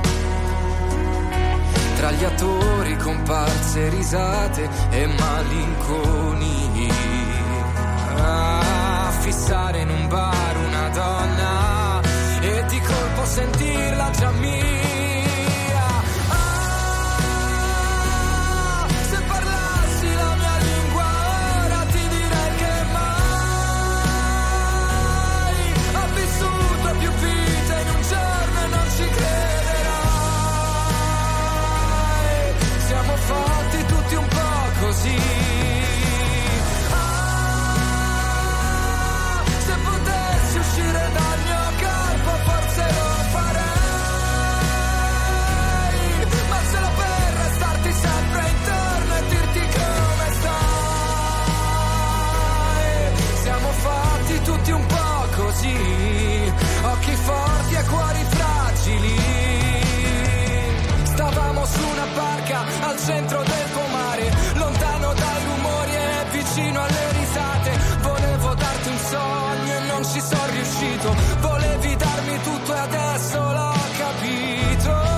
tra gli attori, comparse, risate e malinconia. A fissare in un bar una donna e di colpo sentirla già mia. Ah, se parlassi la mia lingua ora ti direi che mai ho vissuto più vite in un giorno e non ci crederai. Siamo fatti tutti un po' così. Ah, se potessi uscire dal mio corpo forse lo farei, ma solo per restarti sempre intorno e dirti come stai. Siamo fatti tutti un po' così, occhi forti e cuori fragili. Stavamo su una barca al centro del pomare, lontano dai rumori e vicino alle risate. Volevo darti un sogno e non ci sono riuscito. Volevi darmi tutto e adesso l'ho capito.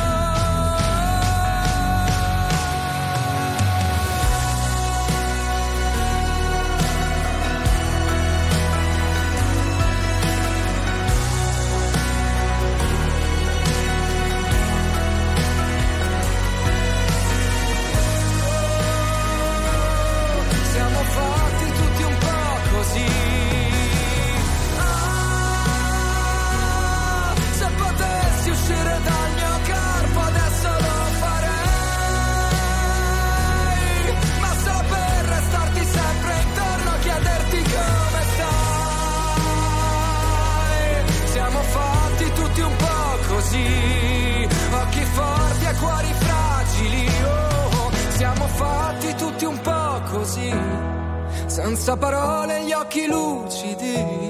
Siamo fatti tutti un po' così. Ah, se potessi uscire senza parole gli occhi lucidi.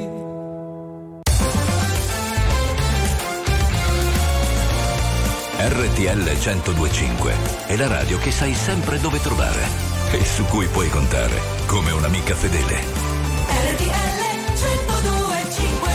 R T L centodue e cinque è la radio che sai sempre dove trovare e su cui puoi contare come un'amica fedele. R T L centodue e cinque.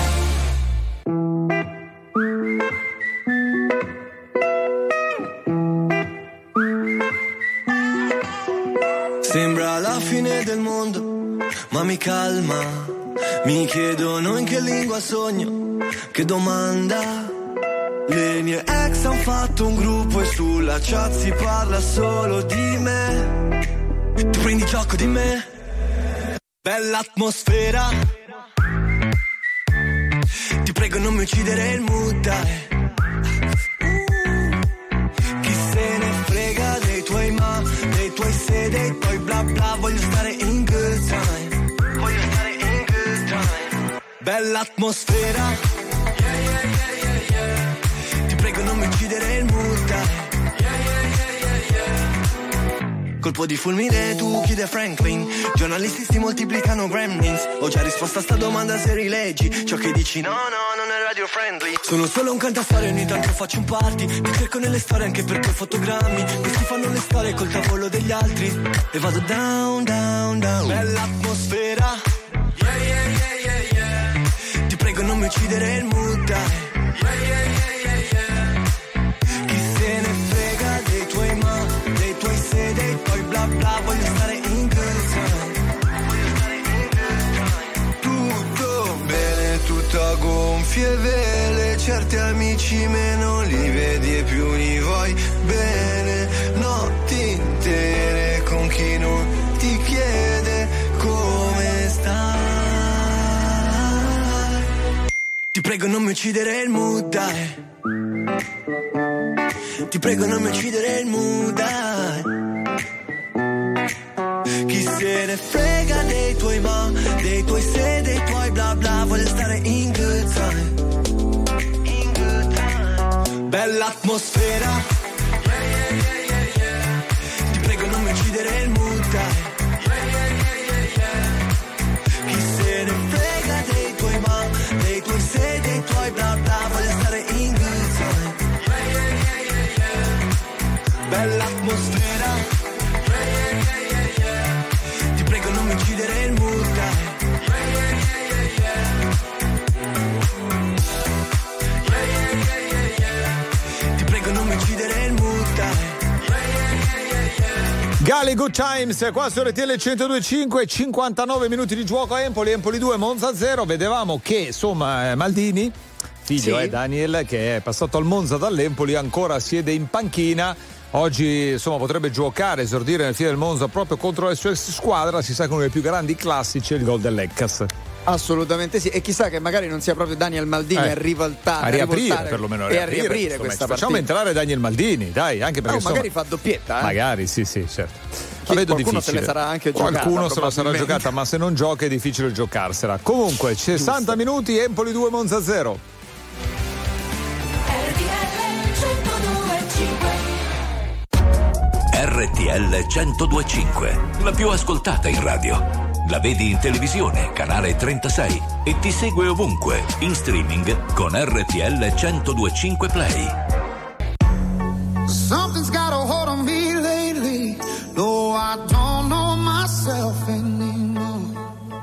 Sembra la fine del mondo, ma mi calma. Mi chiedono in che lingua sogno, che domanda. Le mie ex han fatto un gruppo e sulla chat si parla solo di me. Tu prendi gioco di me? Bella atmosfera. Ti prego non mi uccidere il mood, dai. Chi se ne frega dei tuoi ma, dei tuoi se, dei tuoi bla bla. Voglio stare in good time. Voglio stare in good time. Bella atmosfera. Prego non mi uccidere il mood, dai. Yeah, yeah, yeah, yeah, yeah. Colpo di fulmine, tu chiede Franklin. Giornalisti si moltiplicano gremlins. Ho già risposto a sta domanda se rileggi ciò che dici, no, no, non è radio friendly. Sono solo un cantastorie, ogni tanto faccio un party. Ti cerco nelle storie anche perché ho fotogrammi. Questi fanno le storie col tavolo degli altri. E vado down, down, down. Bella atmosfera. Yeah, yeah, yeah, yeah, yeah. Ti prego non mi uccidere il mood, dai. Yeah, yeah, yeah. Dei tuoi bla bla, voglio stare in good time. Voglio stare in good time. Tutto bene, tutto a gonfie vele. Certi amici meno li vedi e più li vuoi bene. Notti intere con chi non ti chiede come stai. Ti prego non mi uccidere il mood, dai. Ti prego non mi uccidere il mood, dai. Chi se ne frega dei tuoi ma, dei tuoi se, dei tuoi bla bla. Voglio stare in good time. In good time. Bella atmosfera. Yeah, yeah, yeah, yeah, yeah. Ti prego non mi uccidere il mood, dai. Yeah, yeah, yeah, yeah, yeah. Chi se ne frega dei tuoi ma, dei tuoi se, dei tuoi bla bla. Voglio stare in good time. Yeah, yeah, yeah, yeah, yeah. Bella atmosfera. Non mi uccidere il mood, dai. Yeah, yeah, yeah, yeah, yeah. Yeah, yeah, yeah, yeah, yeah. Ti prego non mi uccidere il mood, dai. Yeah, yeah, yeah, yeah, yeah. Gali Good Times qua su R T L centodue e cinque, cinquantanove minuti di gioco a Empoli, Empoli due, Monza zero. Vedevamo che insomma Maldini, figlio Sì. è Daniel, che è passato al Monza dall'Empoli, ancora siede in panchina. Oggi insomma potrebbe giocare, esordire nel fine del Monza proprio contro la sua ex squadra. Si sa che uno dei più grandi classici è il gol dell'Ecas. Assolutamente sì, e chissà che magari non sia proprio Daniel Maldini Eh, a rivoltare, a riaprire rivoltare perlomeno, a e a riaprire, riaprire insomma, questa facciamo partita. entrare Daniel Maldini, dai, anche perché No, magari insomma, fa doppietta, eh? magari sì sì certo. La Che vedo qualcuno difficile. se le sarà anche giocata, Qualcuno se la sarà probabilmente. giocata, ma se non gioca è difficile giocarsela. Comunque sessanta minuti, Empoli due, Monza zero. R T L centodue e cinque. R T L centodue e cinque, la più ascoltata in radio. La vedi in televisione, canale trentasei, e ti segue ovunque, in streaming con R T L centodue e cinque Play. Something's got a hold on me lately. No, I don't know myself anymore.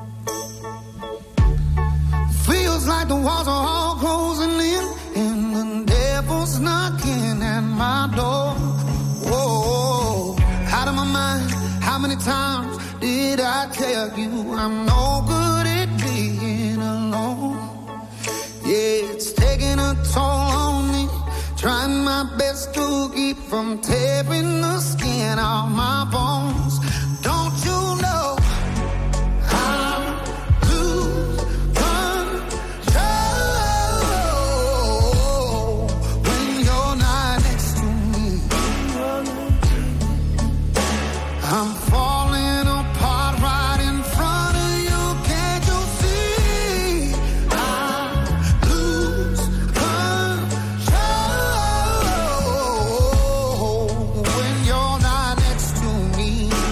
Feels like the walls are all closing in, and the devil's knocking at my door. Whoa, out of my mind. How many times did I tell you I'm no good at being alone? Yeah, it's taking a toll on me. Trying my best to keep from tearing the skin off my bones. Don't you know I'm lose control when you're not next to me? I'm falling apart right in front of you. Can't you see? I lose control when you're not next to me.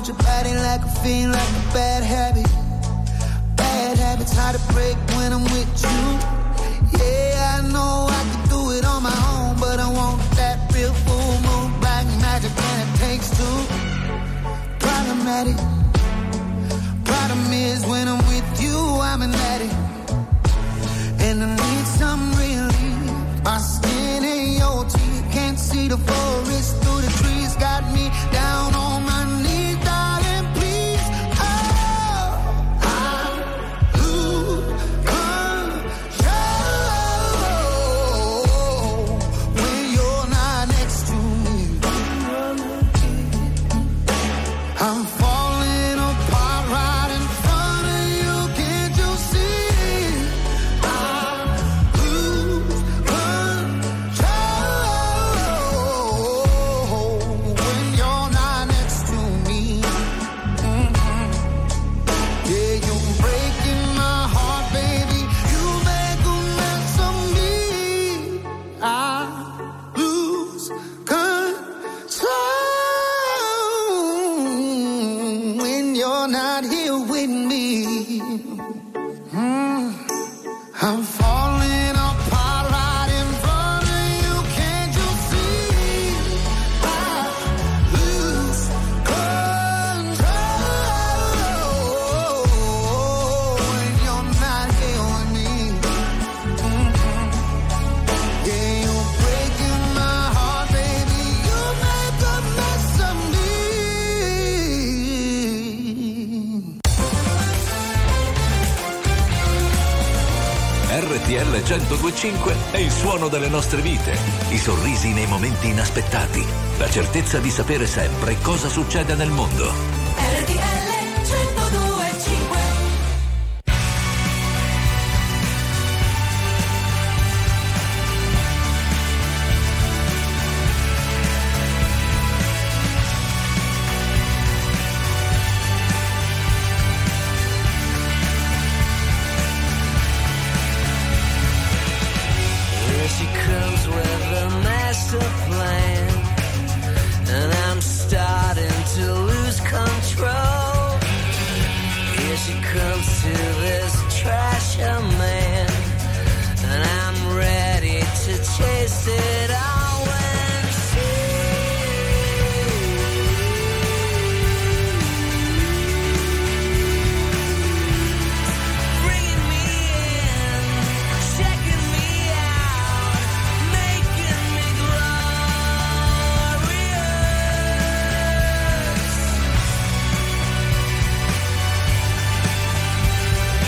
your body like a fiend, like a bad habit. Bad habits hard to break when I'm with you. Yeah, I know I can do it on my own, but I want that real full moon, black magic, and it takes two. Problematic. Problem is when I'm with you, I'm an addict, and I need some relief. My skin ain't your teeth, can't see the forest through the trees. Got me down on my knees, darling, please. Oh, I lose control when you're not next to me. I'm falling apart right in front of you, can't you see? I lose control when you're not next to me. Mhm. Yeah, you're breaking my heart, baby. You make a mess of me. I lose control when you're not here with me. Mm. I'm falling apart right in front of you, can't you see? I lose control when you're not here with me. Mhm. Yeah, you're breaking my heart, baby. You make a mess of me. R T L centodue e cinque è il suono delle nostre vite, i sorrisi nei momenti inaspettati, la certezza di sapere sempre cosa succede nel mondo. R T L centodue e cinque. Here she comes with a master plan, and I'm starting to lose control. Here she comes to this trasher man, and I'm ready to chase it all when she's bringing me in, checking me out, making me glorious.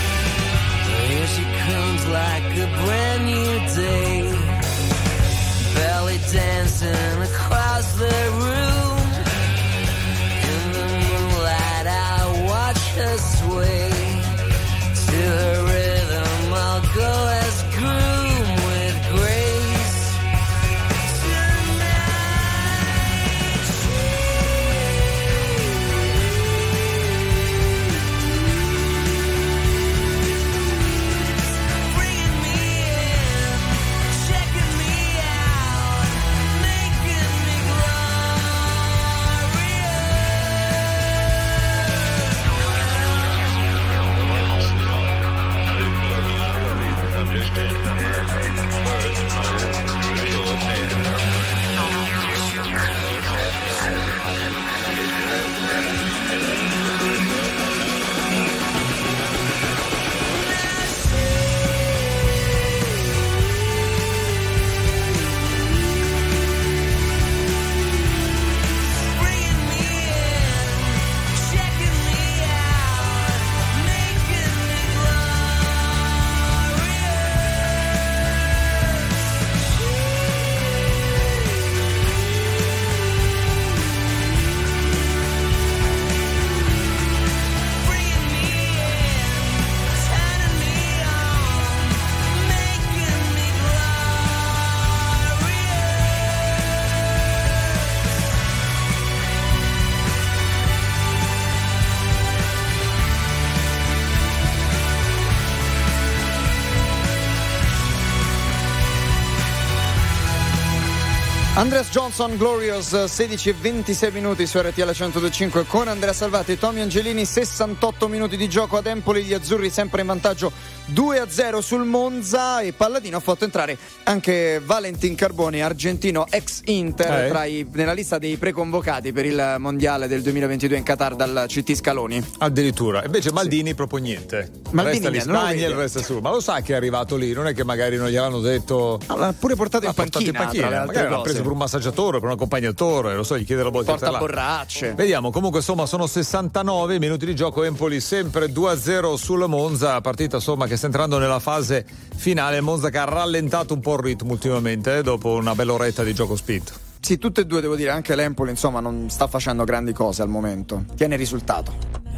Andreas Johnson, Glorious, sedici e ventisei minuti su R T L centodue e cinque con Andrea Salvati e Tommy Angelini, sessantotto minuti di gioco ad Empoli, gli azzurri sempre in vantaggio due a zero sul Monza e Palladino ha fatto entrare anche Valentin Carboni, argentino ex Inter, eh. tra i, nella lista dei preconvocati per il mondiale del duemilaventidue in Qatar dal C T Scaloni. Addirittura, invece Maldini sì. proprio niente. Maldini resta lì Spagna e resta su. Ma lo sa che è arrivato lì, non è che magari non gliel'hanno detto. No, l'ha pure portato in portato panchina, in panchina. tra le altre magari l'ha cose. preso per un massaggiatore, per un accompagnatore, lo so, gli chiede la botta. Porta borracce. Vediamo, comunque insomma sono sessantanove minuti di gioco, Empoli sempre due a zero sul Monza, partita insomma che sta entrando nella fase finale, Monza che ha rallentato un po' il ritmo ultimamente eh, dopo una bella oretta di gioco spinto. Sì, tutte e due devo dire, anche l'Empoli insomma non sta facendo grandi cose al momento, tiene il risultato.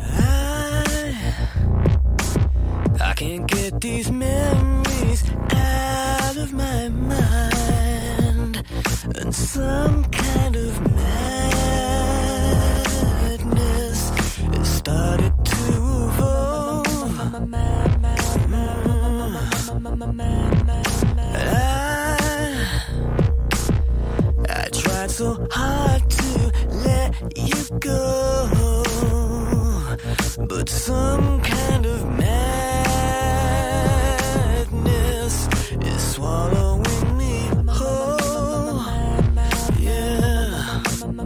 I can't get these memories out of my mind, and some kind of madness has started to evolve. I, I tried so hard to let you go, but some kind of madness is swallowing me whole. Yeah,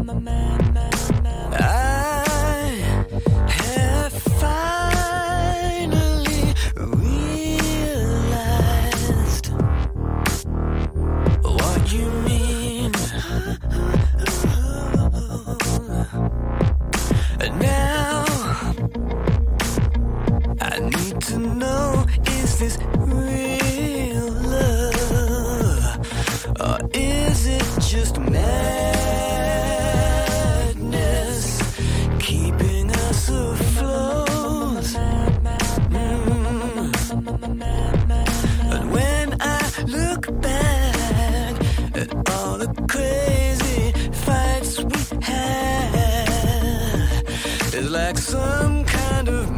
I have finally realized what you mean. Now I need to know, is this real love, or is it just madness keeping us afloat? Mm. And when I look back at all the crazy fights we had, it's like some kind of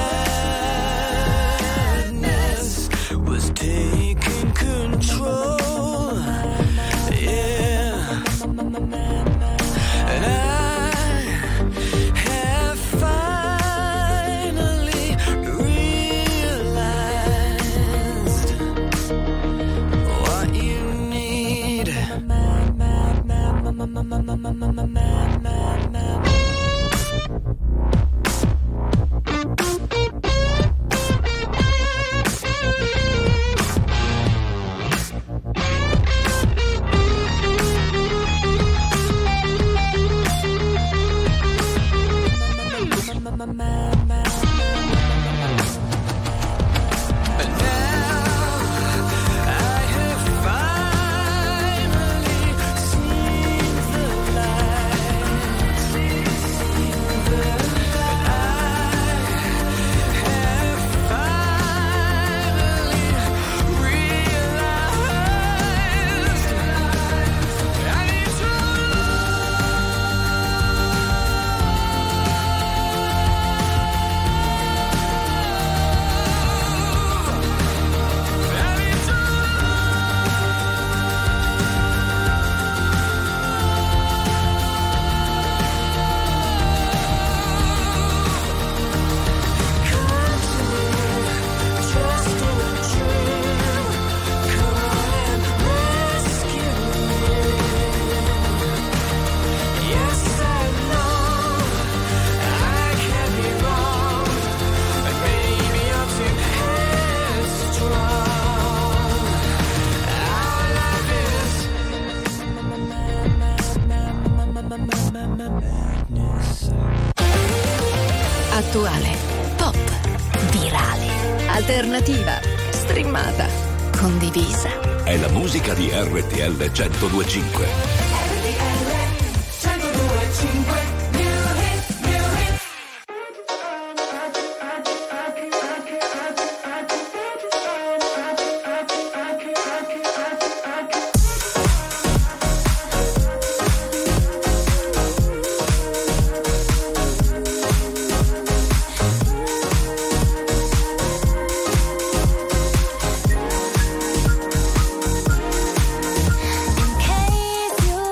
madness was taking control. Yeah, and I have finally realized what you need. Attuale, pop, virale, alternativa, streamata, condivisa. È la musica di R T L centodue e cinque. R T L centodue e cinque. In case you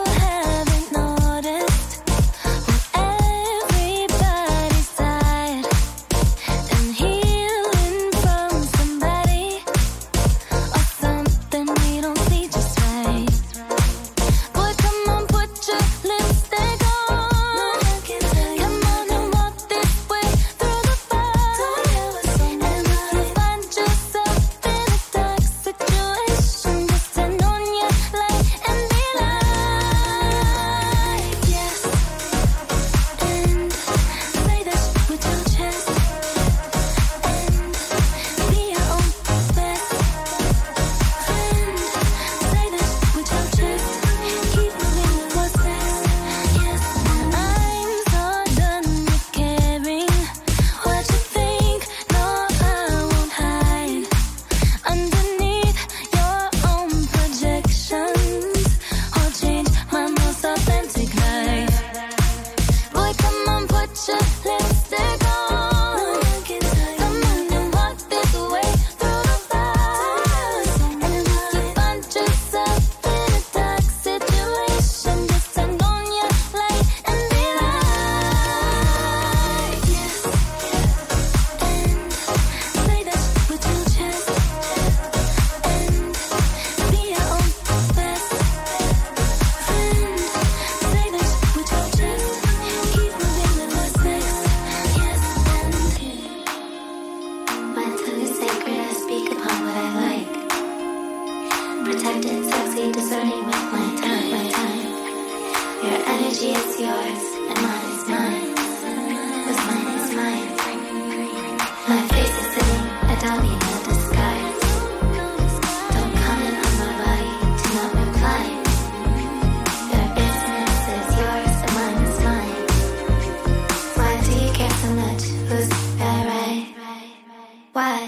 protected, sexy, discerning with my time, my time. Your energy is yours, and mine is mine. What's mine is mine. My face is sitting, I don't need no disguise. Don't comment on my body, do not reply. Your business is yours, and mine is mine. Why do you care so much? Who's that right? Why?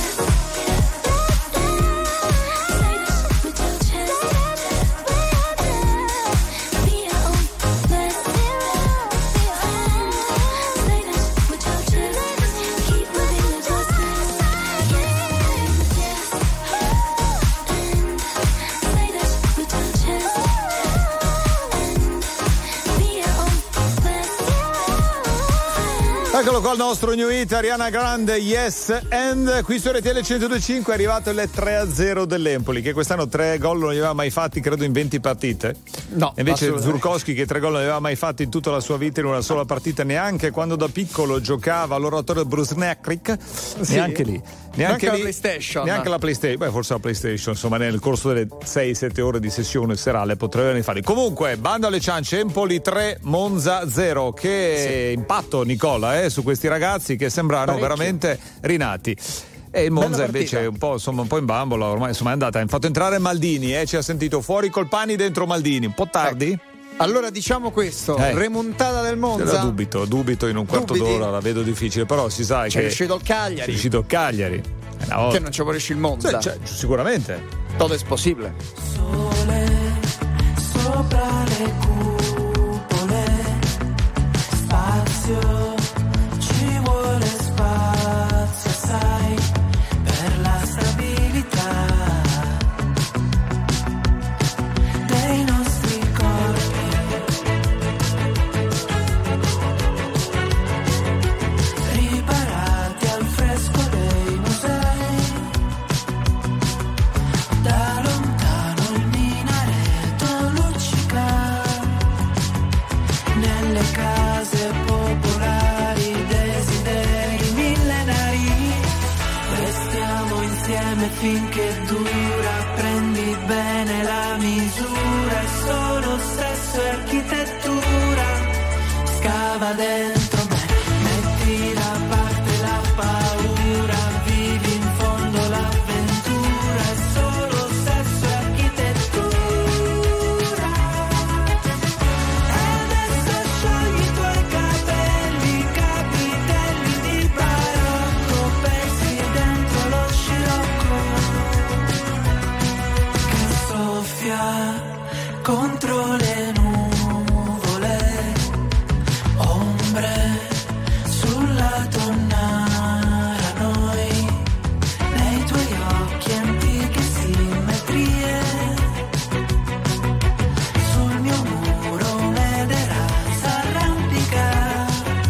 Eccolo qua il nostro new hit, Ariana Grande, Yes and. Qui su R T L centodue e cinque è arrivato il tre a zero dell'Empoli, che quest'anno tre gol non li aveva mai fatti, credo, in venti partite. No, invece Zurkowski, che tre gol non li aveva mai fatti in tutta la sua vita in una sola partita, neanche quando da piccolo giocava all'oratorio Brusnekrik, Sì. neanche lì. Neanche Neanche la lì, PlayStation. Neanche la PlayStation, beh, forse la PlayStation, insomma, nel corso delle sei sette ore di sessione serale potrebbero farli. Comunque, bando alle ciance, Empoli tre, Monza zero. Che sì. impatto, Nicola, eh, su questi ragazzi che sembrano Parecchio. veramente rinati. E il Monza invece è un po', insomma, un po' in bambola, ormai insomma è andata. Ha fatto entrare Maldini, eh, ci ha sentito fuori Colpani, dentro Maldini. Un po' tardi? Eh. Allora diciamo questo, Eh. remontata del Monza. La dubito, dubito in un quarto Dubiti? d'ora, la vedo difficile, però si sa C'è che riuscito il Cagliari. c'è riuscito il Cagliari. È una volta. Che non ci può riuscire il Monza. Sì, cioè, sicuramente. Todo es possibile. Sole sopra le cupole, spazio, ci vuole spazio, sai, per la stabilità dei nostri corpi. Riparati al fresco dei musei, da lontano il minareto luccica, nelle case popolari desideri millenari. Restiamo insieme finché dura, prendi bene la misura, è solo sesso e architettura, scava dentro me, metti da parte la paura, vivi in fondo l'avventura, è solo sesso e architettura. Adesso sciogli i tuoi capelli, capitelli di barocco, persi dentro lo scirocco che soffia contro le nuvole, ombre sul lato nara noi, nei tuoi occhi antiche simmetrie, sul mio muro un'edera s'arrampica,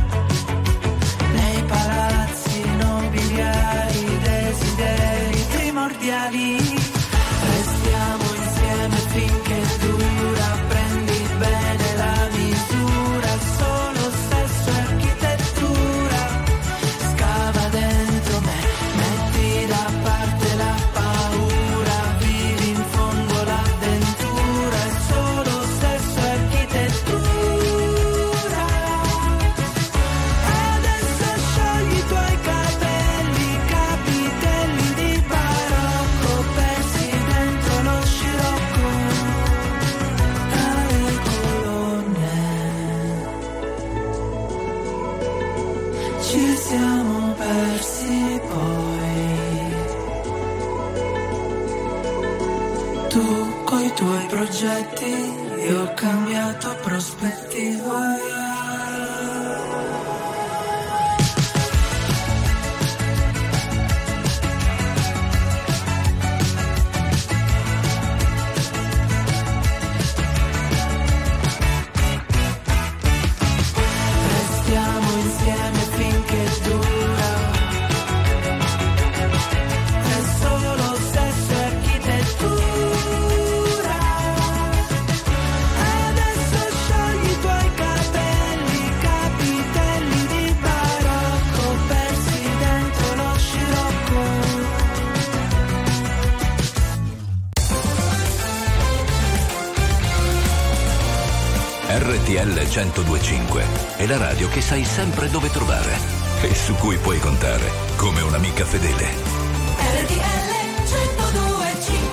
nei palazzi nobiliari desideri primordiali. Restiamo insieme finché dura, prendi bene la misura, solo sesso e architettura, scava dentro me, metti da parte la paura, vivi in fondo l'avventura, è solo sesso e architettura. Adesso sciogli i tuoi capelli, capitelli di barocco, persi dentro lo scirocco, tra le colonne. Ci siamo persi poi, tu coi tuoi progetti, io ho cambiato prospettiva. Restiamo insieme finché dura, è solo sesso e architettura. Adesso sciogli i tuoi capelli, R T L centodue e cinque è la radio che sai sempre dove trovare e su cui puoi contare come un'amica fedele. R T L centodue e cinque.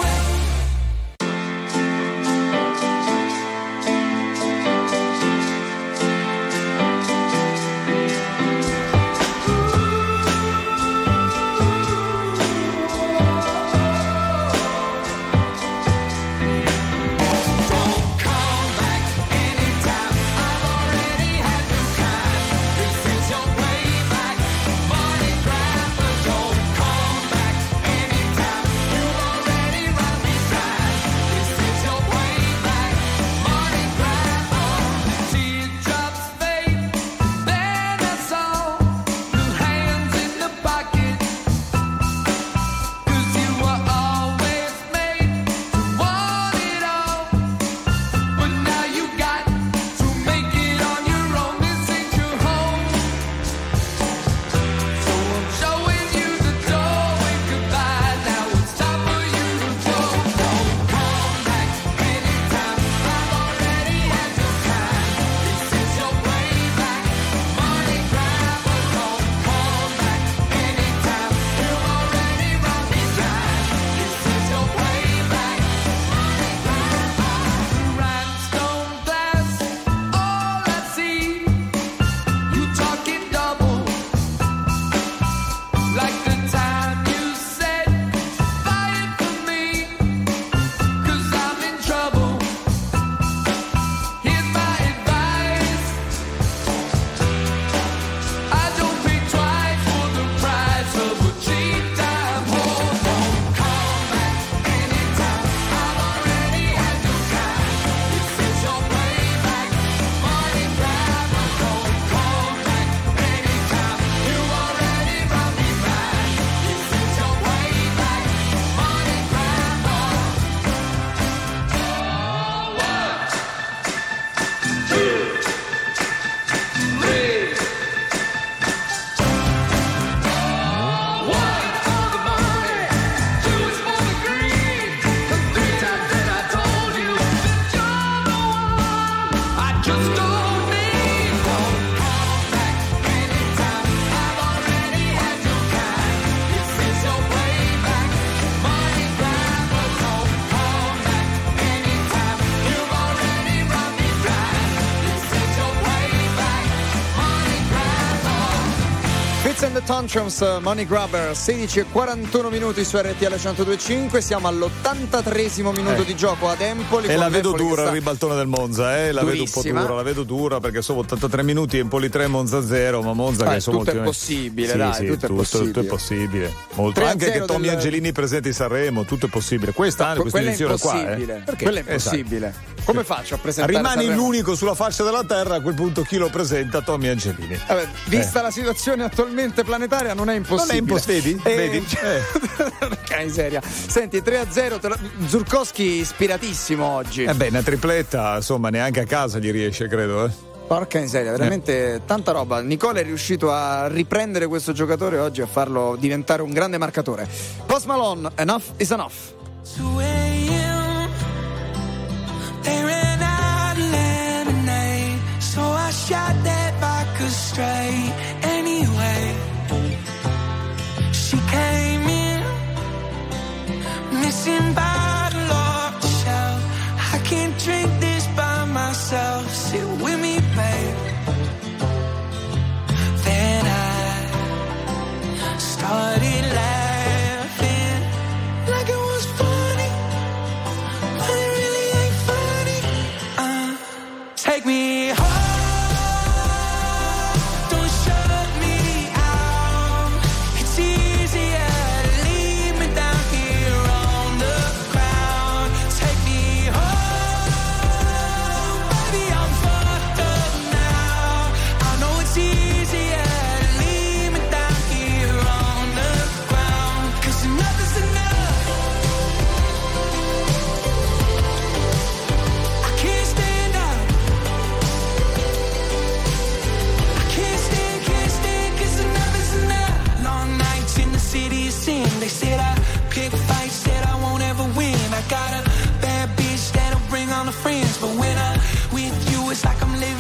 Tantrums, Money Grabber, sedici e quarantuno minuti su R T L centodue e cinque, siamo all'ottantatreesimo minuto eh. di gioco ad Empoli. E la vedo Empoli dura sta... il ribaltone del Monza, eh? la vedo un po' dura, la vedo dura perché sono ottantatré minuti, Empoli tre, Monza zero, ma Monza eh, che sono tutto molti... è possibile, sì, dai, sì, tutto, tutto, è possibile. tutto è possibile. Molto. Anche che Tommy del... Angelini presenti in Sanremo, tutto è possibile. Quest'anno, no, questa edizione qua, eh? Perché? Quello è impossibile. Eh, Come faccio a presentare Rimani Sanremo? l'unico sulla faccia della terra, a quel punto chi lo presenta? Tommy Angelini. Vabbè, vista eh. la situazione attualmente planetaria non è impossibile. Non è impossibile, vedi? Eh, vedi? Eh. Che miseria. Senti, tre a zero, la... Zurkowski ispiratissimo oggi. Eh beh, una tripletta, insomma, neanche a casa gli riesce, credo, eh. Porca miseria, veramente eh. tanta roba. Nicola è riuscito a riprendere questo giocatore oggi, a farlo diventare un grande marcatore. Post Malone, enough is enough. two a.m. They ran out of lemonade, so I shot that vodka straight. Anyway, she came in, missing bottle off the shelf. I can't drink this by myself. Sit with me, babe. Then I started laughing like it was funny, but it really ain't funny. Uh, take me home. Don't shut me out. It's easier to leave me down here on the ground. Take me home, baby, I'm fucked up now. I know it's easier to leave me down here on the ground. 'Cause enough is enough. I can't stand up. I can't stand, can't stand, 'cause enough is enough. Long nights in the city of sin. They said I pick fights, said I won't ever win. I got a bad bitch that'll bring on the friends, but when I'm with you, it's like I'm living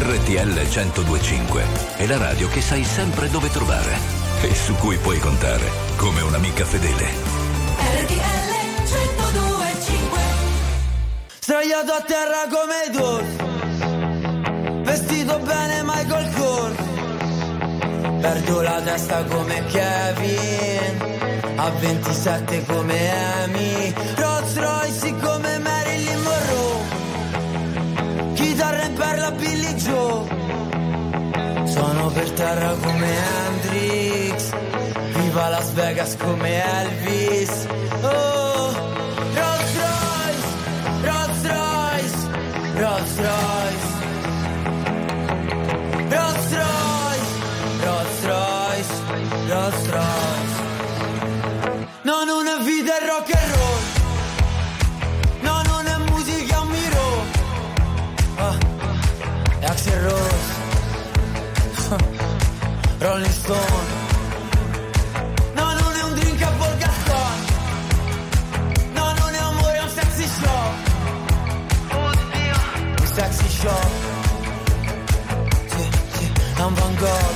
R T L centodue e cinque è la radio che sai sempre dove trovare e su cui puoi contare come un'amica fedele. R T L centodue e cinque. Sdraiato a terra come Dor, vestito bene Michael Kors, perdo la testa come Kevin, a ventisette come Amy, Rolls Royce come Marilyn Monroe, chitarra in perla Billy Joe, sono per terra come Hendrix, viva Las Vegas come Elvis. Oh, Rolls Royce, Rolls Royce, Rolls Royce, Rolls Royce, Rolls Royce, Rolls Royce. No, non è vita è rock and roll, no, non è musica, è un miro. Ah, è Axl Rose, Rolling Stone. No, non è un drink a Volgaston, no, non è amore, è un sexy show. Un sexy show. Sì, sì, è un Van Gogh.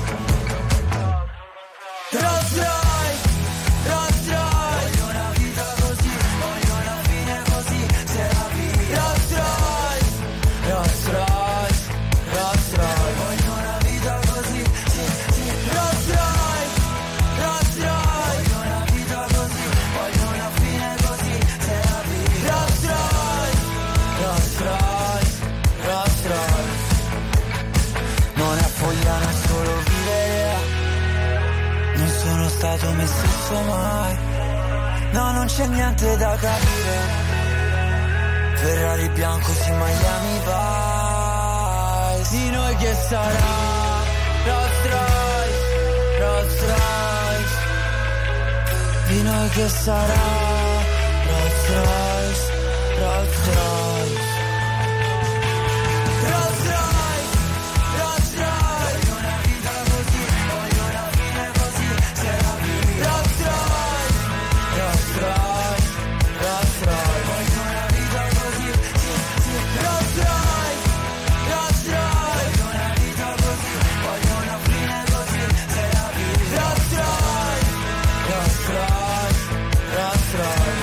Rolls Royce, Rolls Royce, voglio una vita così, voglio una fine così, se la vivi. Rolls Royce, Rolls Royce, Rolls Royce, voglio una vita così, sì, sì. Rolls Royce, Rolls Royce, voglio una vita così, voglio una fine così, se la vivi. Rolls Royce, Rolls Royce, Rolls Royce. Non è fogliano, è solo vivere. Non sono stato me stesso mai, no, non c'è niente da capire. Ferrari bianco sì, Miami Vice. Di noi che sarà Rolls Royce, Rolls Royce. Di noi che sarà Rolls Royce, Rolls Royce. Rolls Royce, Rolls Royce. Voglio una vita così, voglio una fine così, se la vivi. Rolls Royce, Rolls Royce, Rolls Royce. Voglio una vita così, sì, sì. Rolls Royce, Rolls Royce. Voglio una vita così, voglio una fine così, se la vivi. Rolls Royce, Rolls Royce, Rolls Royce.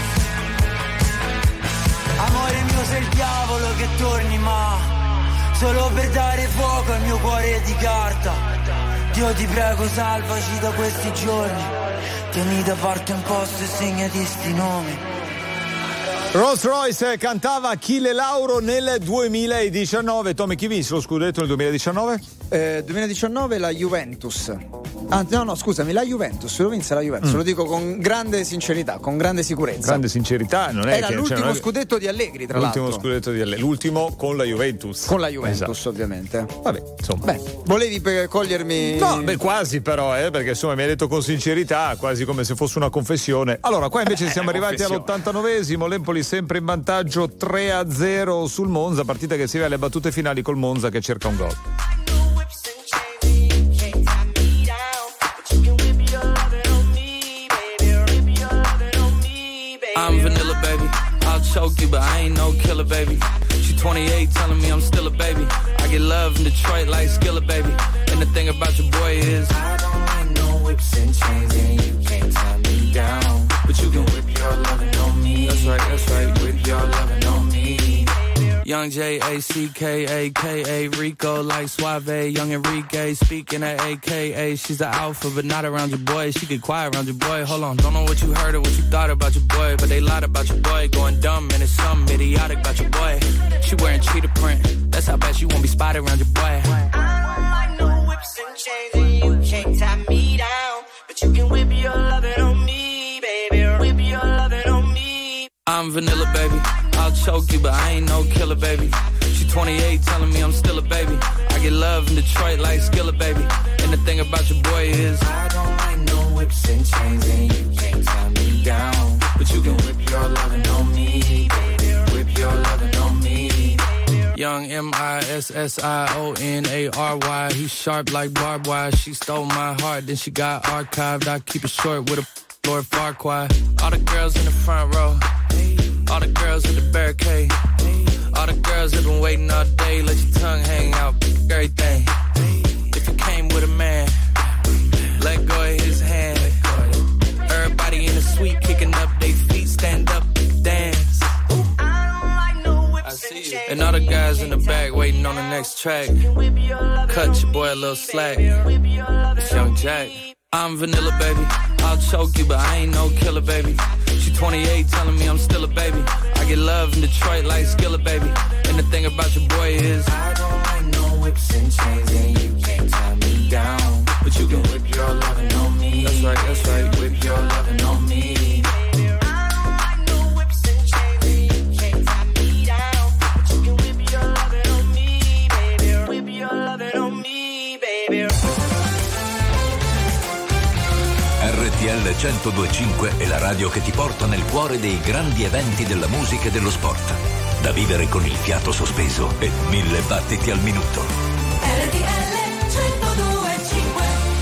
Amore mio, sei il diavolo che torni, ma solo per dare fuoco al mio cuore di carta. Dio ti prego, salvaci da questi giorni. Tieni da parte un posto e segnati sti nomi. Rolls Royce cantava Achille Lauro nel duemiladiciannove. Tommy, chi vinse lo scudetto nel duemiladiciannove? Eh, duemiladiciannove la Juventus. Ah, no, no, scusami, la Juventus, lo vinse la Juventus, Mm. lo dico con grande sincerità, con grande sicurezza. Grande sincerità, non è Era che l'ultimo cioè, non è- scudetto di Allegri, tra l'ultimo l'altro. scudetto di Allegri, l'ultimo con la Juventus. Con la Juventus, Esatto. ovviamente. Vabbè, insomma. Beh, volevi pe- cogliermi. No, beh, quasi però, eh, perché insomma mi hai detto con sincerità, quasi come se fosse una confessione. Allora, qua invece siamo arrivati confessione. all'ottantanovesimo, l'Empoli sempre in vantaggio tre a zero sul Monza, partita che si va alle battute finali col Monza che cerca un gol. I'm vanilla, baby. I'll choke you, but I ain't no killer, baby. She twenty-eight, telling me I'm still a baby. I get love in Detroit like Skillet, baby. And the thing about your boy is I don't like no whips and chains, and you can't tie me down. But you can whip your lovin' on me. That's right, that's right. Whip your lovin' on me. Young J A C K A K A Rico like Suave. Young Enrique speaking at A K A. She's the alpha, but not around your boy. She get quiet around your boy. Hold on, don't know what you heard or what you thought about your boy, but they lied about your boy. Going dumb and it's something idiotic about your boy. She wearing cheetah print. That's how bad she won't be spotted around your boy. I don't like no whips and chains, and you can't tie me down. But you can whip your lovin' on me, baby. Whip your lovin' on me. I'm vanilla, baby. I'll choke you, but I ain't no killer, baby. She twenty-eight, telling me I'm still a baby. I get love in Detroit like Skillet, baby. And the thing about your boy is I don't like no whips and chains, and you can't tie me down. But you can whip your lovin' on me, baby. Whip your lovin' on me. Young M I S S I O N A R Y. He's sharp like barbed wire. She stole my heart, then she got archived. I keep it short with a Lord Farquaad. All the girls in the front row, all the girls in the barricade, all All the girls have been waiting all day, let your tongue hang out, everything. If you came with a man, let go of his hand. Everybody in the suite kicking up their feet, stand up, dance. I see you. And all the guys in the back waiting on the next track. Cut your boy a little slack. It's Young Jack. I'm vanilla, baby. I'll choke you, but I ain't no killer, baby. She twenty-eight, telling me I'm still a baby. I get love in Detroit like Skillet, baby. And the thing about your boy is I don't like no whips and chains, and you can't tie me down. But you can whip your lovin' on me. That's right, that's right. Whip your lovin' on me. R T L centodue e cinque è la radio che ti porta nel cuore dei grandi eventi della musica e dello sport. Da vivere con il fiato sospeso e mille battiti al minuto. R T L centodue e cinque.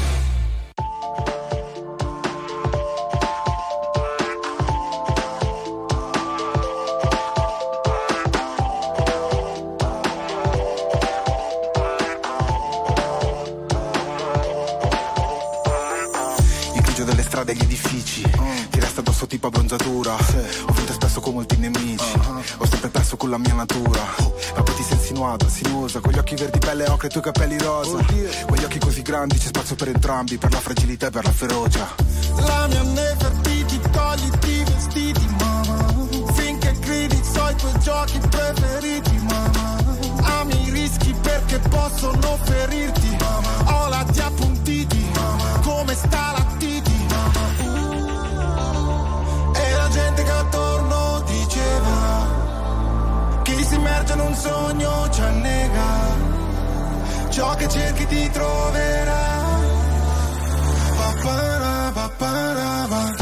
Degli edifici, uh. ti resta addosso tipo abbronzatura. Sì. Ho vinto spesso con molti nemici, uh-huh. ho sempre perso con la mia natura. Uh. Ma poi ti sei insinuata, sinuosa, con gli occhi verdi, pelle ocre e i tuoi capelli rosa. Oh, quegli occhi così grandi, c'è spazio per entrambi, per la fragilità e per la ferocia. La mia Nefertiti, togliti i vestiti, mamma. Finché gridi, so i tuoi giochi preferiti, mamma. Ami i rischi perché possono ferirti, mamma. Ho la ti appuntiti, mamma. Come sta la titi? Gente che attorno diceva chi si immerge in un sogno ci annega, ciò che cerchi ti troverà. Papara, papara, pa.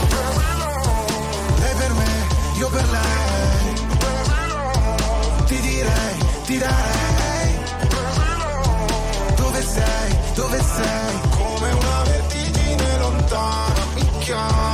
Lei per me, io per lei, ti direi, ti darei. Dove sei, dove sei? Come una vertigine lontana mi chiama.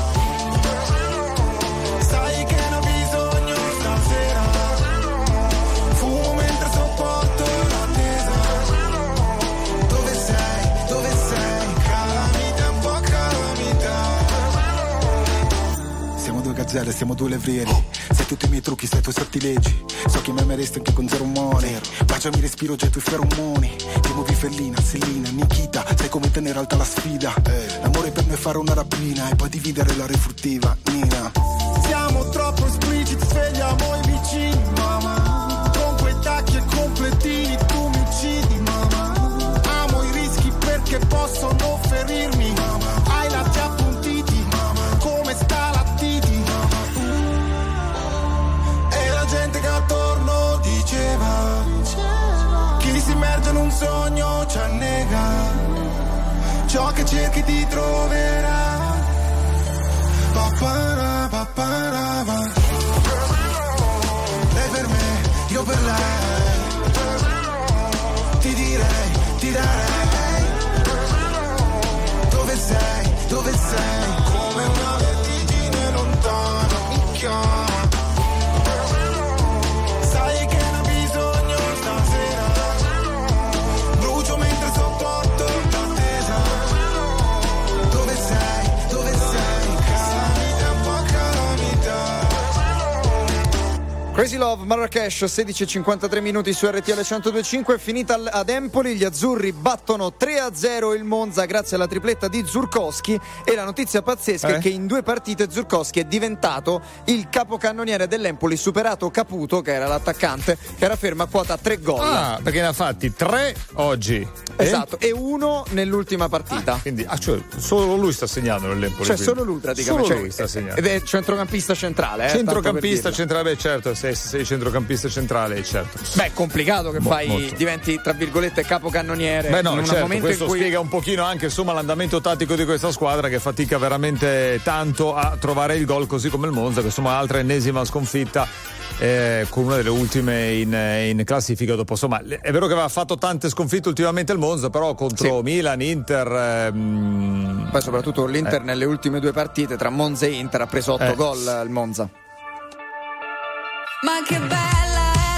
Siamo due levrieri, sai tutti i miei trucchi, sai i tuoi sortilegi. So che mi ameresti anche con zero umore. Baciami, respiro già i tuoi feromoni. Ti muovi Fellina, Selina, Nikita. Sai come tenere alta la sfida. L'amore per me è fare una rapina e poi dividere l'area fruttiva, Nina. Siamo troppo espliciti, svegliamo i vicini, mamma. Con quei tacchi e completini tu mi uccidi, mamma. Amo i rischi perché possono ferirmi, mamma. Hai lati appuntiti, mamma. Come sta la titi? Gente che attorno diceva chi si immerge in un sogno ci annega, ciò che cerchi ti troverà. Papara, papara, pa. Lei per me, io per lei, ti direi, ti darei. Dove sei, dove sei? Come una vertigine lontana mi chiama. Crazy Love, Marrakesh, sedici e cinquantatré minuti su R T L centodue e cinque. Finita ad Empoli, gli azzurri battono tre a zero il Monza grazie alla tripletta di Zurkowski. E la notizia pazzesca eh? è che in due partite Zurkowski è diventato il capocannoniere dell'Empoli, superato Caputo, che era l'attaccante, che era fermo a quota tre gol. Ah, perché ne ha fatti tre oggi. Esatto, e, e uno nell'ultima partita. Ah, quindi, ah, cioè, solo lui sta segnando nell'Empoli. Cioè, quindi. solo lui praticamente. Solo cioè, lui sta segnando. Ed è centrocampista centrale. Eh, centrocampista centrale, beh, certo, sei, sei centrocampista centrale, certo. Beh, è complicato che Mo- fai, molto. diventi, tra virgolette, capocannoniere. Beh, no, in un certo, momento questo in cui... spiega un pochino anche, insomma, l'andamento tattico di questa squadra, che fatica veramente tanto a trovare il gol, così come il Monza, che insomma altra ennesima sconfitta. Eh, con una delle ultime in, in classifica dopo, insomma, è vero che aveva fatto tante sconfitte ultimamente il Monza, però contro sì. Milan, Inter ehm... poi soprattutto l'Inter eh. nelle ultime due partite tra Monza e Inter ha preso otto eh. gol al Monza. Ma che bella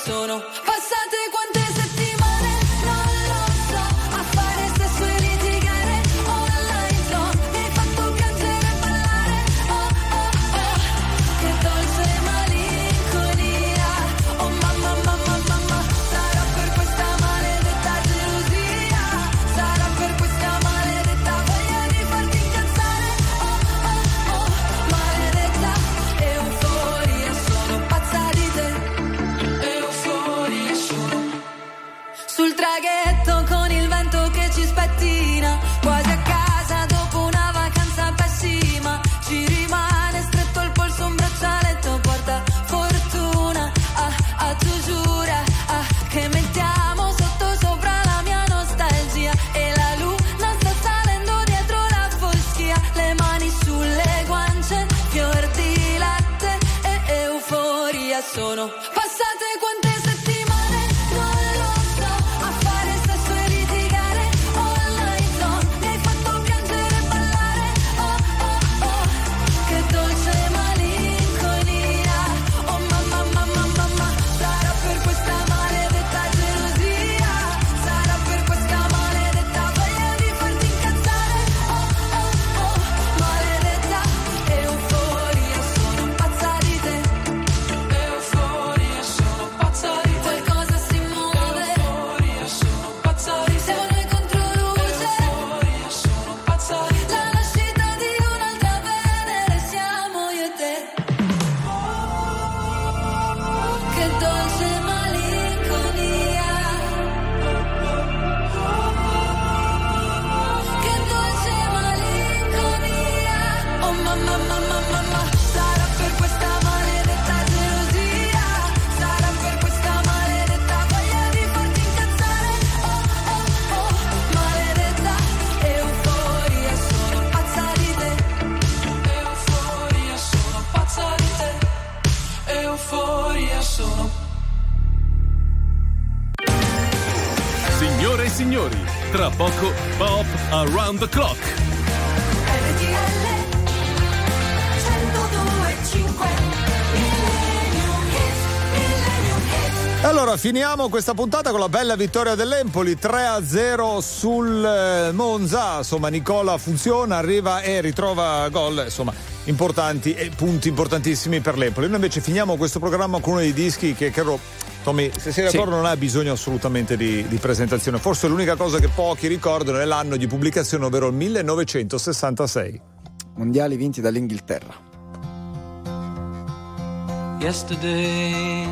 sono passate quante settimane, non lo so, a fare sesso e litigare online, so, mi hai fatto piangere e ballare, oh oh oh, che dolce malinconia, oh mamma mamma mamma, sarà per questa maledetta gelosia, sarà per questa maledetta voglia di farti incazzare, oh oh oh, maledetta euforia, sono pazza di te, euforia sono. Sul traghetto con il vento che ci spettina, quasi a casa dopo una vacanza pessima, ci rimane stretto il polso un braccialetto porta fortuna, ah ah tu giura, ah che mettiamo sotto sopra la mia nostalgia, e la luna sta salendo dietro la foschia, le mani sulle guance, fior di latte e euforia sono passate quante settimane, non lo so, a fare sesso e litigare online, so, mi hai fatto piangere e ballare, oh oh oh, che dolce malinconia, oh mamma mamma mamma, sarà per questa maledetta gelosia, sarà per questa maledetta voglia di farti incazzare, oh oh oh, maledetta euforia, sono pazza di te, euforia, sono pazza di te, qualcosa si muove, euforia, sono pazza di te, siamo noi contro luce, euforia, sono pazza di te, la nascita di un'altra Venere, siamo io e te, che dolce malinconia, che dolce malinconia, oh mamma mamma mamma, sarà per questa maledetta gelosia, sarà per questa maledetta voglia di farti incazzare, oh oh oh, maledetta euforia, sono pazza di te, euforia, sono pazza di te, euforia, sono. Signore e signori, tra poco Pop Around the Clock. R T L centodue e cinque Millennium Hits, Millennium Hits. Allora, finiamo questa puntata con la bella vittoria dell'Empoli tre a zero sul eh, Monza. Insomma, Nicola funziona, arriva e ritrova gol, insomma, importanti e punti importantissimi per l'Empoli. Noi invece finiamo questo programma con uno dei dischi che credo, Tommy, se sei d'accordo, non ha bisogno assolutamente di, di presentazione. Forse l'unica cosa che pochi ricordano è l'anno di pubblicazione, ovvero il millenovecentosessantasei. Mondiali vinti dall'Inghilterra. Yesterday,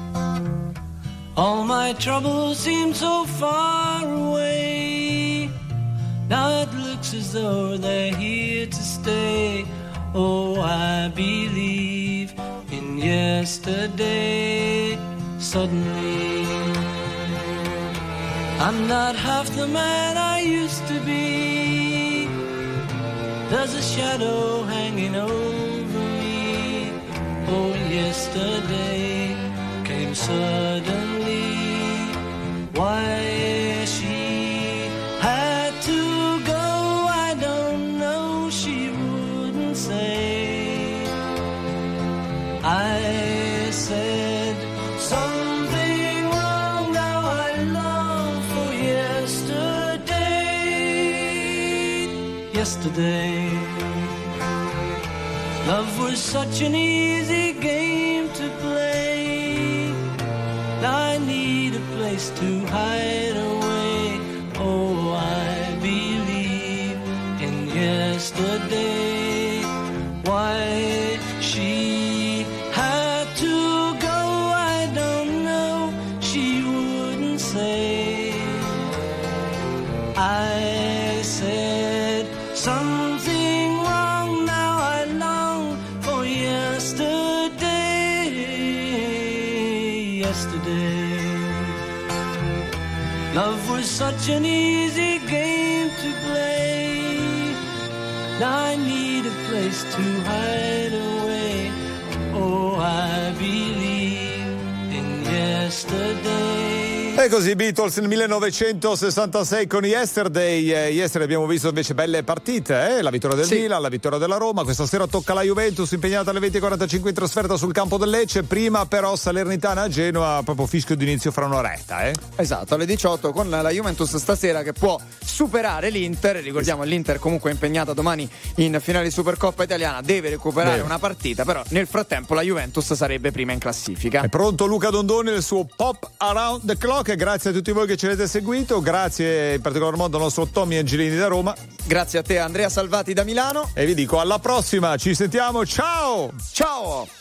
all my troubles seem so far away. Now it looks as though they're here to stay. Oh, I believe in yesterday. Suddenly, I'm not half the man I used to be. There's a shadow hanging over me. Oh, yesterday came suddenly. Why she had to go, I don't know, she wouldn't say. I said something wrong, now I long for yesterday. Yesterday, love was such an easy game to play. Now I need a place to hide away. Oh, I believe in yesterday. Why she had to go, I don't know, she wouldn't say. I said something wrong, now I long for yesterday. Yesterday, love was such an easy game to play. Now I need a place to hide away. Oh, I believe in yesterday. E così Beatles nel millenovecentosessantasei con Yesterday. Eh, yesterday abbiamo visto invece belle partite, eh? La vittoria del Sì. Milan, la vittoria della Roma. Questa sera tocca la Juventus, impegnata alle venti e quarantacinque in trasferta sul campo del Lecce. Prima però Salernitana a Genoa, proprio fischio d'inizio fra un'oretta, eh? Esatto, alle diciotto con la Juventus stasera che può superare l'Inter. Ricordiamo l'Inter comunque è impegnata domani in finale di Supercoppa italiana, deve recuperare Beh. una partita, però nel frattempo la Juventus sarebbe prima in classifica. È pronto Luca Dondoni nel suo Pop Around the Clock. Grazie a tutti voi che ci avete seguito, grazie in particolar modo al nostro Tommy Angelini da Roma. Grazie a te Andrea Salvati da Milano. E vi dico alla prossima, ci sentiamo, ciao! Ciao!